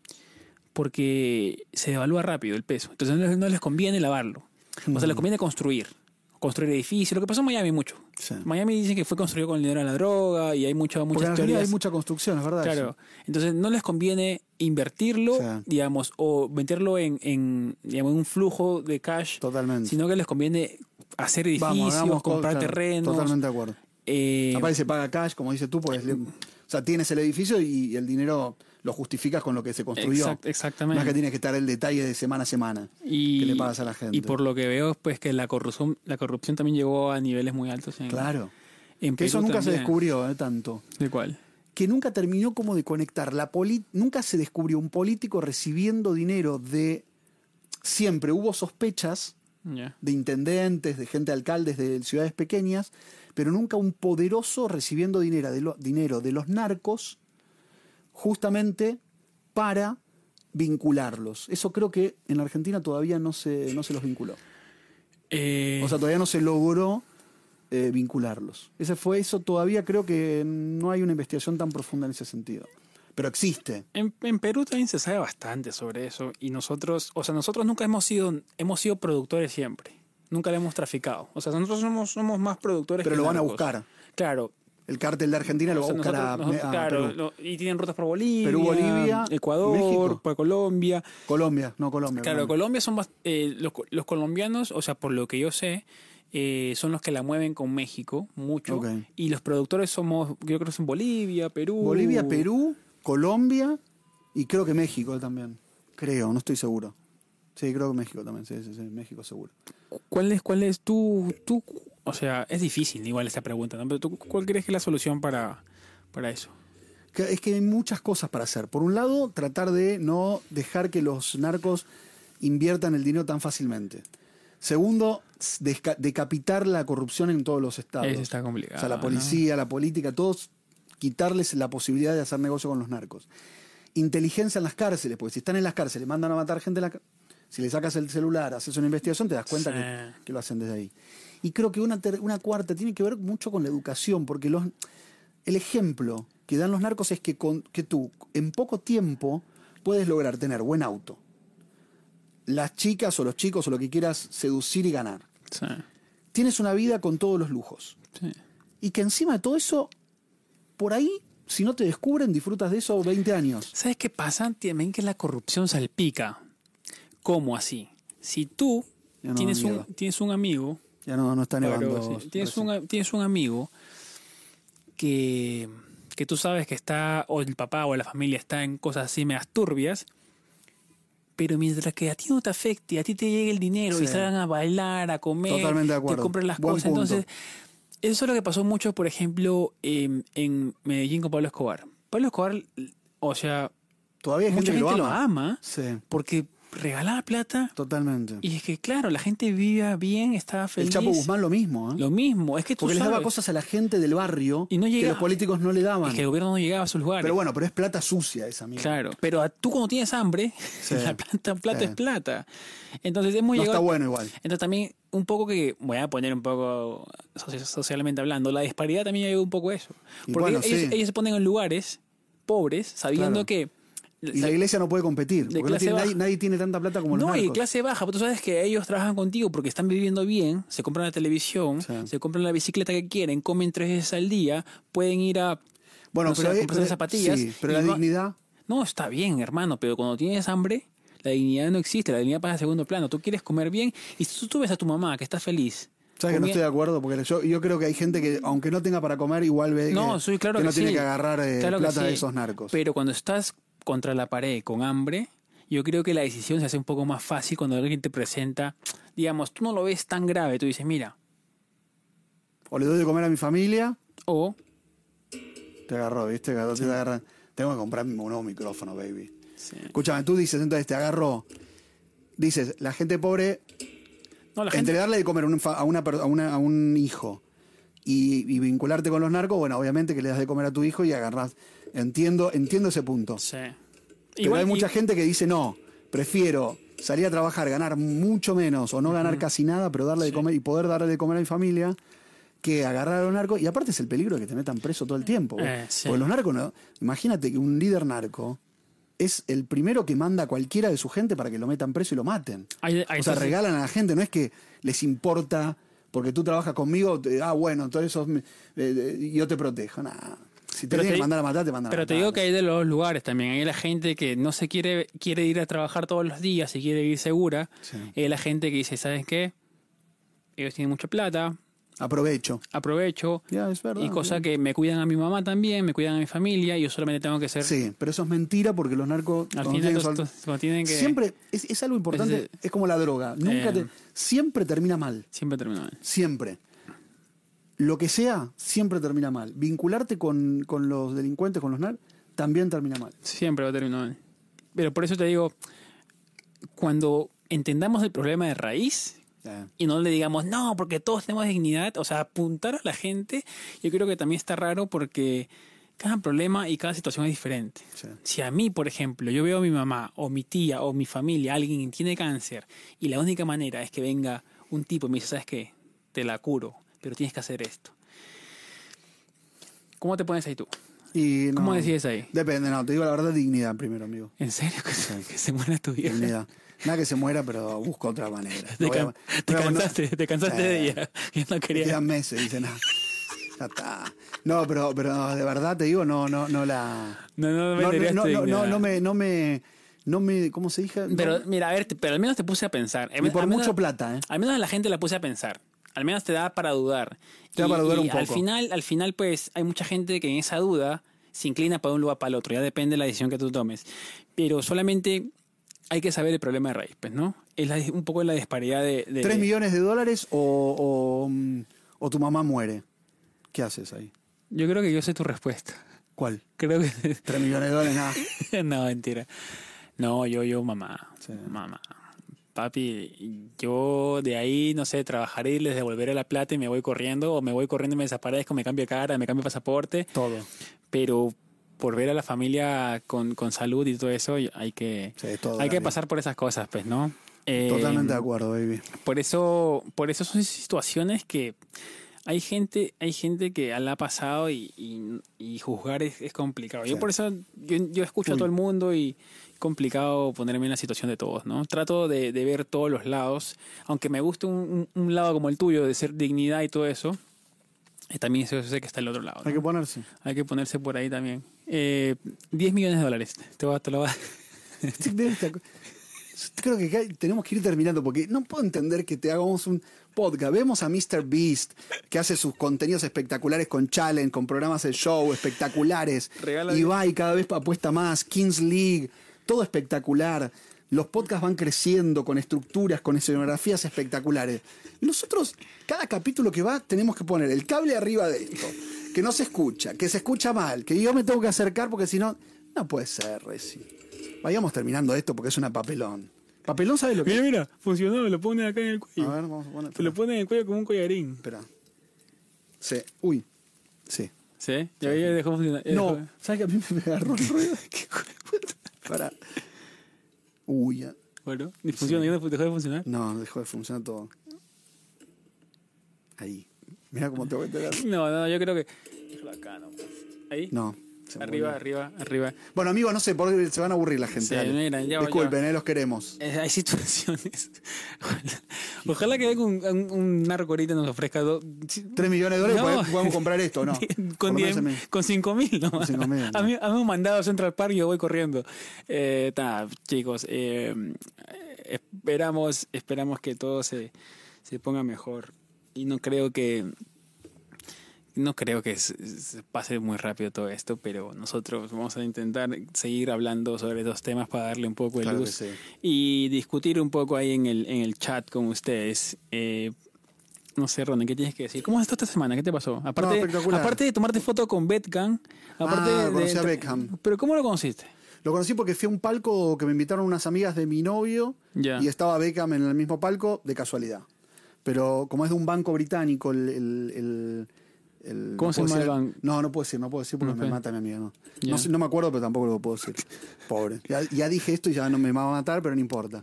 Porque se devalúa rápido el peso. Entonces no les conviene lavarlo. O sea, les conviene construir edificios. Lo que pasó en Miami mucho. Sí. Miami dicen que fue construido con el dinero de la droga y hay muchas teorías. Hay mucha construcción, es verdad. Claro. Eso. Entonces no les conviene invertirlo, digamos, o meterlo en un flujo de cash. Totalmente. Sino que les conviene hacer edificios, comprar terrenos. Totalmente de acuerdo. Aparte se paga cash, como dices tú, pues, o sea, tienes el edificio y el dinero lo justificas con lo que se construyó. Exactamente. No es que tienes que estar el detalle de semana a semana que le pagas a la gente. Y por lo que veo, pues que la corrupción también llegó a niveles muy altos. Claro. Que eso nunca se descubrió tanto. ¿De cuál? Que nunca terminó como de conectar. Nunca se descubrió un político recibiendo dinero de... Siempre hubo sospechas de intendentes, de gente alcaldes de ciudades pequeñas, pero nunca un poderoso recibiendo dinero de los narcos justamente para vincularlos. Eso creo que en la Argentina todavía no se los vinculó. O sea, todavía no se logró vincularlos. Eso todavía creo que no hay una investigación tan profunda en ese sentido. Pero existe. En Perú también se sabe bastante sobre eso. Y nosotros nunca hemos sido productores siempre. Nunca le hemos traficado. O sea, nosotros somos más productores. Pero que lo van a buscar. Claro. El cártel de Argentina lo va a buscar a Perú. Y tienen rutas por Bolivia, Perú, Bolivia, Ecuador, México. Por Colombia. Colombia. Claro, Colombia son los colombianos, o sea, por lo que yo sé, son los que la mueven con México mucho. Okay. Y los productores yo creo que son Bolivia, Perú, Colombia y creo que México también. Creo, no estoy seguro. Sí, creo que México también. Sí, México seguro. ¿Cuál es tú? O sea, es difícil igual esta pregunta, ¿no? Pero ¿cuál crees que es la solución para eso? Es que hay muchas cosas para hacer. Por un lado, tratar de no dejar que los narcos inviertan el dinero tan fácilmente. Segundo, decapitar la corrupción en todos los estados. Eso está complicado. O sea, la policía, la política, todos quitarles la posibilidad de hacer negocio con los narcos. Inteligencia en las cárceles, porque si están en las cárceles, mandan a matar gente si le sacas el celular, haces una investigación, te das cuenta que lo hacen desde ahí. Y creo que una cuarta tiene que ver mucho con la educación, porque el ejemplo que dan los narcos es que tú en poco tiempo puedes lograr tener buen auto, las chicas o los chicos o lo que quieras seducir y ganar. Sí. Tienes una vida con todos los lujos. Sí. Y que encima de todo eso, por ahí, si no te descubren, disfrutas de eso 20 años. ¿Sabes qué pasa? También que la corrupción salpica. ¿Cómo así? Si tú tienes un amigo... Ya no está nevando. Sí. Tienes un amigo que que tú sabes que está, o el papá o la familia está en cosas así medias turbias, pero mientras que a ti no te afecte, a ti te llegue el dinero y salgan a bailar, a comer, totalmente de acuerdo, te compren las buen cosas. punto. Entonces, eso es lo que pasó mucho, por ejemplo, en Medellín con Pablo Escobar. Pablo Escobar, o sea, todavía hay mucha gente que gente lo ama. sí. Sí, Porque regalaba plata. totalmente. Y es que, claro, la gente vivía bien, estaba feliz. El Chapo Guzmán lo mismo, ¿eh? Lo mismo, es que tú porque les sabes, daba cosas a la gente del barrio y no que llegaba, los políticos no le daban. es que el gobierno no llegaba a sus lugares. Pero bueno, pero es plata sucia esa mierda. Claro, pero tú cuando tienes hambre, Sí. la plata es plata. Entonces hemos No llegado... está bueno igual. Entonces también un poco que, voy a poner un poco socialmente hablando, la disparidad también llegó un poco a eso. Y Porque bueno, ellos se ponen en lugares pobres sabiendo Claro. que... Y la iglesia no puede competir. de Porque clase baja. nadie tiene tanta plata como los No, narcos. y clase baja, pero tú sabes que ellos trabajan contigo porque están viviendo bien, se compran la televisión, Sí. se compran la bicicleta que quieren, comen 3 veces al día, pueden ir a... Bueno, no sé, pero, comprarse zapatillas. sí, pero y la no- dignidad... No, está bien, hermano, pero cuando tienes hambre, la dignidad no existe, la dignidad pasa a segundo plano. Tú quieres comer bien y si tú ves a tu mamá que está feliz. ¿Sabes que no estoy de acuerdo? Porque yo creo que hay gente que, aunque no tenga para comer, igual ve Claro que no tiene sí. que agarrar Claro que plata de sí. esos narcos. Pero cuando estás contra la pared con hambre, yo creo que la decisión se hace un poco más fácil cuando alguien te presenta, digamos, tú no lo ves tan grave, tú dices, mira, O le doy de comer a mi familia, o... te agarró, ¿viste? Te agarran. Tengo que comprarme un nuevo micrófono, baby. Sí. Escúchame, tú dices, entonces te agarró. Dices, la gente pobre, No, la entre gente... darle de comer a un hijo y vincularte con los narcos, bueno, obviamente que le das de comer a tu hijo y agarrás. Entiendo ese punto. Sí. Pero hay mucha gente que dice, no, prefiero salir a trabajar, ganar mucho menos o no ganar casi nada, pero darle de comer y poder darle de comer a mi familia, que agarrar a los narcos. Y aparte es el peligro de que te metan preso todo el tiempo. Sí. Porque los narcos, ¿no? Imagínate que un líder narco es el primero que manda a cualquiera de su gente para que lo metan preso y lo maten. O sea, regalan a la gente, no es que les importa porque tú trabajas conmigo, bueno, entonces yo te protejo. Nada. Si te tienen que mandar a matar, te mandan a matar. Pero te digo que hay de los lugares también. Hay la gente que no se quiere ir a trabajar todos los días y quiere ir segura. Sí. Hay la gente que dice, ¿sabes qué? Ellos tienen mucha plata, Aprovecho. Ya, es verdad. y cosa que me cuidan a mi mamá también, me cuidan a mi familia, y yo solamente tengo que ser... Sí, pero eso es mentira porque los narcos Al cuando final tienen cuando tienen que... siempre es algo importante, es como la droga. Siempre termina mal. Siempre termina mal. Siempre. Lo que sea, siempre termina mal. Vincularte con los delincuentes, con los narcos, también termina mal. Siempre va a terminar mal. Pero por eso te digo, cuando entendamos el problema de raíz y no le digamos, no, porque todos tenemos dignidad, o sea, apuntar a la gente, yo creo que también está raro porque cada problema y cada situación es diferente. Sí. Si a mí, por ejemplo, yo veo a mi mamá o mi tía o mi familia, alguien que tiene cáncer, y la única manera es que venga un tipo y me dice, ¿sabes qué? Te la curo, pero tienes que hacer esto. ¿Cómo te pones ahí tú? Y ¿Cómo decides ahí? Depende, no, te digo la verdad, dignidad primero, amigo. ¿En serio? Que se muera tu vieja. Dignidad. Nada que se muera, pero busco otra manera. Te cansaste de ella. Yo no quería. Quedan meses, dice nada. Ya está. No, pero de verdad te digo, no la. No me, ¿cómo se dice? Pero mira, a ver, pero al menos te puse a pensar. Ni por al menos, mucho plata, ¿eh? Al menos a la gente la puse a pensar. Al menos te da para dudar. Te da para dudar un poco. Al final, pues, hay mucha gente que en esa duda se inclina para un lugar para el otro. Ya depende de la decisión que tú tomes. Pero solamente hay que saber el problema de raíz, pues, ¿no? Es un poco la disparidad de... ¿3 millones de dólares o tu mamá muere? ¿Qué haces ahí? Yo creo que yo sé tu respuesta. ¿Cuál? Creo que... 3 millones de dólares, nada. No, mentira. No, yo, mamá. Sí. Mamá. Papi, yo de ahí, no sé, trabajaré y les devolveré la plata y me voy corriendo, o me voy corriendo y me desaparezco, me cambio de cara, me cambio de pasaporte. Todo. Pero por ver a la familia con salud y todo eso, hay que pasar por esas cosas, pues, ¿no? Totalmente de acuerdo, baby. Por eso son situaciones que hay gente que la ha pasado y juzgar es complicado. Sí. Yo por eso yo escucho a todo el mundo y complicado ponerme en la situación de todos, ¿no? Trato de ver todos los lados, aunque me guste un lado como el tuyo de ser dignidad y todo eso, también sé que está el otro lado, ¿no? Hay que ponerse. Hay que ponerse por ahí también. 10 millones de dólares. Te lo voy a... Creo que tenemos que ir terminando porque no puedo entender que te hagamos un podcast. Vemos a Mr. Beast que hace sus contenidos espectaculares con challenge, con programas de show espectaculares. Ibai cada vez apuesta más, Kings League, todo espectacular. Los podcasts van creciendo con estructuras, con escenografías espectaculares. Y nosotros, cada capítulo que va, tenemos que poner el cable arriba de esto, que no se escucha, que se escucha mal, que yo me tengo que acercar porque si no, no puede ser, Reci. Vayamos terminando esto porque es una papelón. ¿Papelón sabes lo que es? Mira, funcionó, me lo pone acá en el cuello. A ver, vamos a poner. Se lo pone en el cuello como un collarín. Espera. Sí. Uy. Sí. ¿Sí? Ya dejó funcionar. No, ¿sabes que a mí me agarró el ruido? Para. Uy, ya. Bueno, ¿y funciona? ¿Ya dejó de funcionar? No, dejó de funcionar todo. Ahí. Mira cómo te voy a enterar. No, yo creo que. Déjalo acá, no. ¿Ahí? No. Arriba. Bueno, amigos, no sé, porque se van a aburrir la gente. Sí, miren, ya disculpen, los queremos. Hay situaciones. Ojalá que venga un narco ahorita nos ofrezca $3 millones no. Podemos comprar esto, ¿no? Con 5.000 nomás. 5.000. A mí me han mandado a Central Park y yo voy corriendo. Chicos, esperamos que todo se ponga mejor. Y no creo que se pase muy rápido todo esto, pero nosotros vamos a intentar seguir hablando sobre estos temas para darle un poco de luz y discutir un poco ahí en el chat con ustedes. No sé, Ronen, ¿qué tienes que decir? ¿Cómo has estado esta semana? ¿Qué te pasó? Aparte de tomarte foto con Beckham, conocí a Beckham. ¿Pero cómo lo conociste? Lo conocí porque fui a un palco que me invitaron unas amigas de mi novio y estaba Beckham en el mismo palco de casualidad. Pero como es de un banco británico, ¿Cómo se llama el banco? No puedo decir porque me mata mi amiga. No me acuerdo, pero tampoco lo puedo decir. Pobre. Ya dije esto y ya no me va a matar, pero no importa.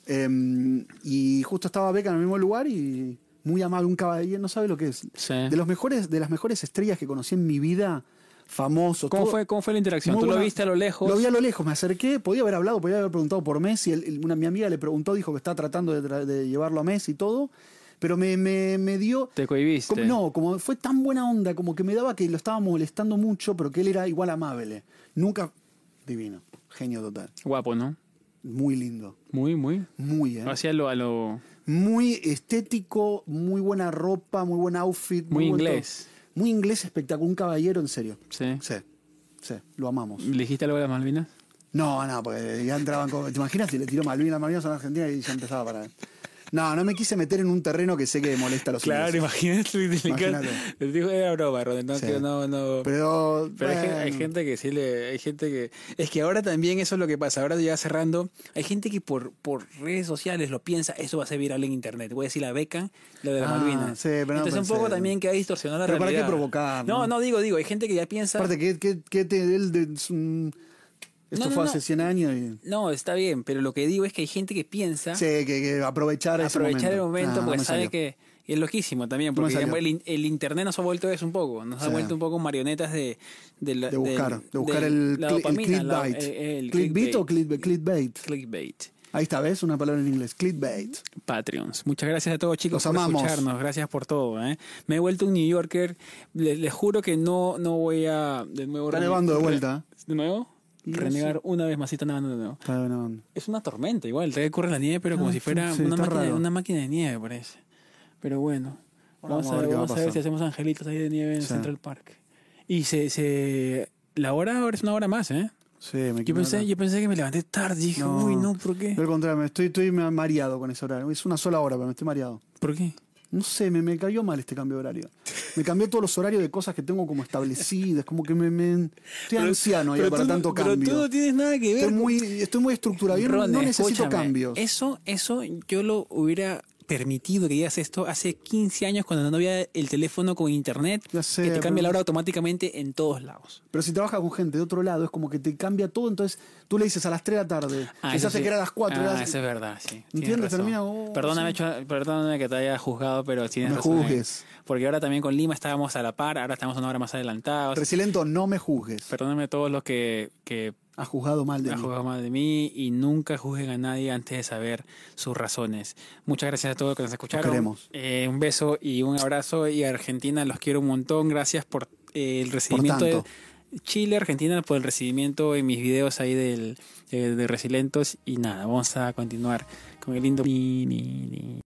Y justo estaba Beckham en el mismo lugar y muy amable, un caballero, no sabe lo que es. Sí. De las mejores estrellas que conocí en mi vida, famosos. ¿Cómo fue la interacción? ¿Tú lo viste a lo lejos? Lo vi a lo lejos, me acerqué, podía haber hablado, podía haber preguntado por Messi. Mi amiga le preguntó, dijo que estaba tratando de llevarlo a Messi y todo. Pero me dio... ¿Te cohibiste? Como fue tan buena onda, como que me daba que lo estaba molestando mucho, pero que él era igual amable. Nunca... Divino. Genio total. Guapo, ¿no? Muy lindo. Muy, ¿eh? Hacía a lo... Muy estético, muy buena ropa, muy buen outfit. Muy inglés. Muy inglés, espectacular. Un caballero, en serio. Sí. Lo amamos. ¿Le dijiste algo de las Malvinas? No, porque ya entraban con... ¿Te imaginas si le tiró Malvinas? Malvinas son Argentina y ya empezaba para... No me quise meter en un terreno que sé que molesta a los ingleses. Imagínate. Les digo, era broma, Ronen. No. Pero hay gente que sí hay gente que... Es que ahora también eso es lo que pasa. Ahora ya cerrando, hay gente que por redes sociales lo piensa, eso va a ser viral en internet. Voy a decir la beca, lo de las Malvinas. Sí, pero entonces un poco también que ha distorsionado la realidad. ¿Pero para qué provocar? No, digo, hay gente que ya piensa... Aparte, Esto fue hace 100 años y... No, está bien, pero lo que digo es que hay gente que piensa... Sí, que aprovechar el momento porque sabe que... Y es loquísimo también, porque digamos, el internet nos ha vuelto eso un poco. Nos ha vuelto un poco marionetas de buscar el clickbait o clickbait. Clickbait. Ahí está, ¿ves? Una palabra en inglés. Clickbait. Patreons. Muchas gracias a todos, chicos, por escucharnos. Gracias por todo. Me he vuelto un New Yorker. Les juro que no voy a... De nuevo, está nevando de vuelta. ¿De nuevo? Renegar una vez más, está nevando de nuevo. Es una tormenta igual, te corre la nieve, pero como si fuera una máquina de nieve, parece. Pero bueno, vamos a ver si hacemos angelitos ahí de nieve en Central Park. Y la hora ahora es una hora más, ¿eh? Sí, yo pensé que me levanté tarde y dije, no, ¿por qué? Al contrario, estoy mareado con ese horario. Es una sola hora, pero me estoy mareado. ¿Por qué? No sé, me cayó mal este cambio de horario. Me cambió todos los horarios de cosas que tengo como establecidas, como que estoy anciano ya para tanto cambio. Pero tú no tienes nada que ver. Estoy muy estructurado, yo no necesito cambios. Eso yo lo hubiera permitido que digas esto hace 15 años cuando no había el teléfono con internet, que te cambia la hora automáticamente en todos lados. Pero si trabajas con gente de otro lado, es como que te cambia todo, entonces tú le dices a las 3 de la tarde, quizás se queda a las 4. Eso es verdad, sí. ¿Entiendes? Perdóname que te haya juzgado, pero tienes razón. No me juzgues. Porque ahora también con Lima estábamos a la par, ahora estamos una hora más adelantados. Resilento, no me juzgues. Perdóname a todos los que ha juzgado mal de mí y nunca juzguen a nadie antes de saber sus razones. Muchas gracias a todos los que nos escucharon. Nos queremos. Un beso y un abrazo. Y a Argentina los quiero un montón. Gracias por el recibimiento Chile, Argentina, por el recibimiento en mis videos ahí de Resilentos. Y nada, vamos a continuar con el lindo...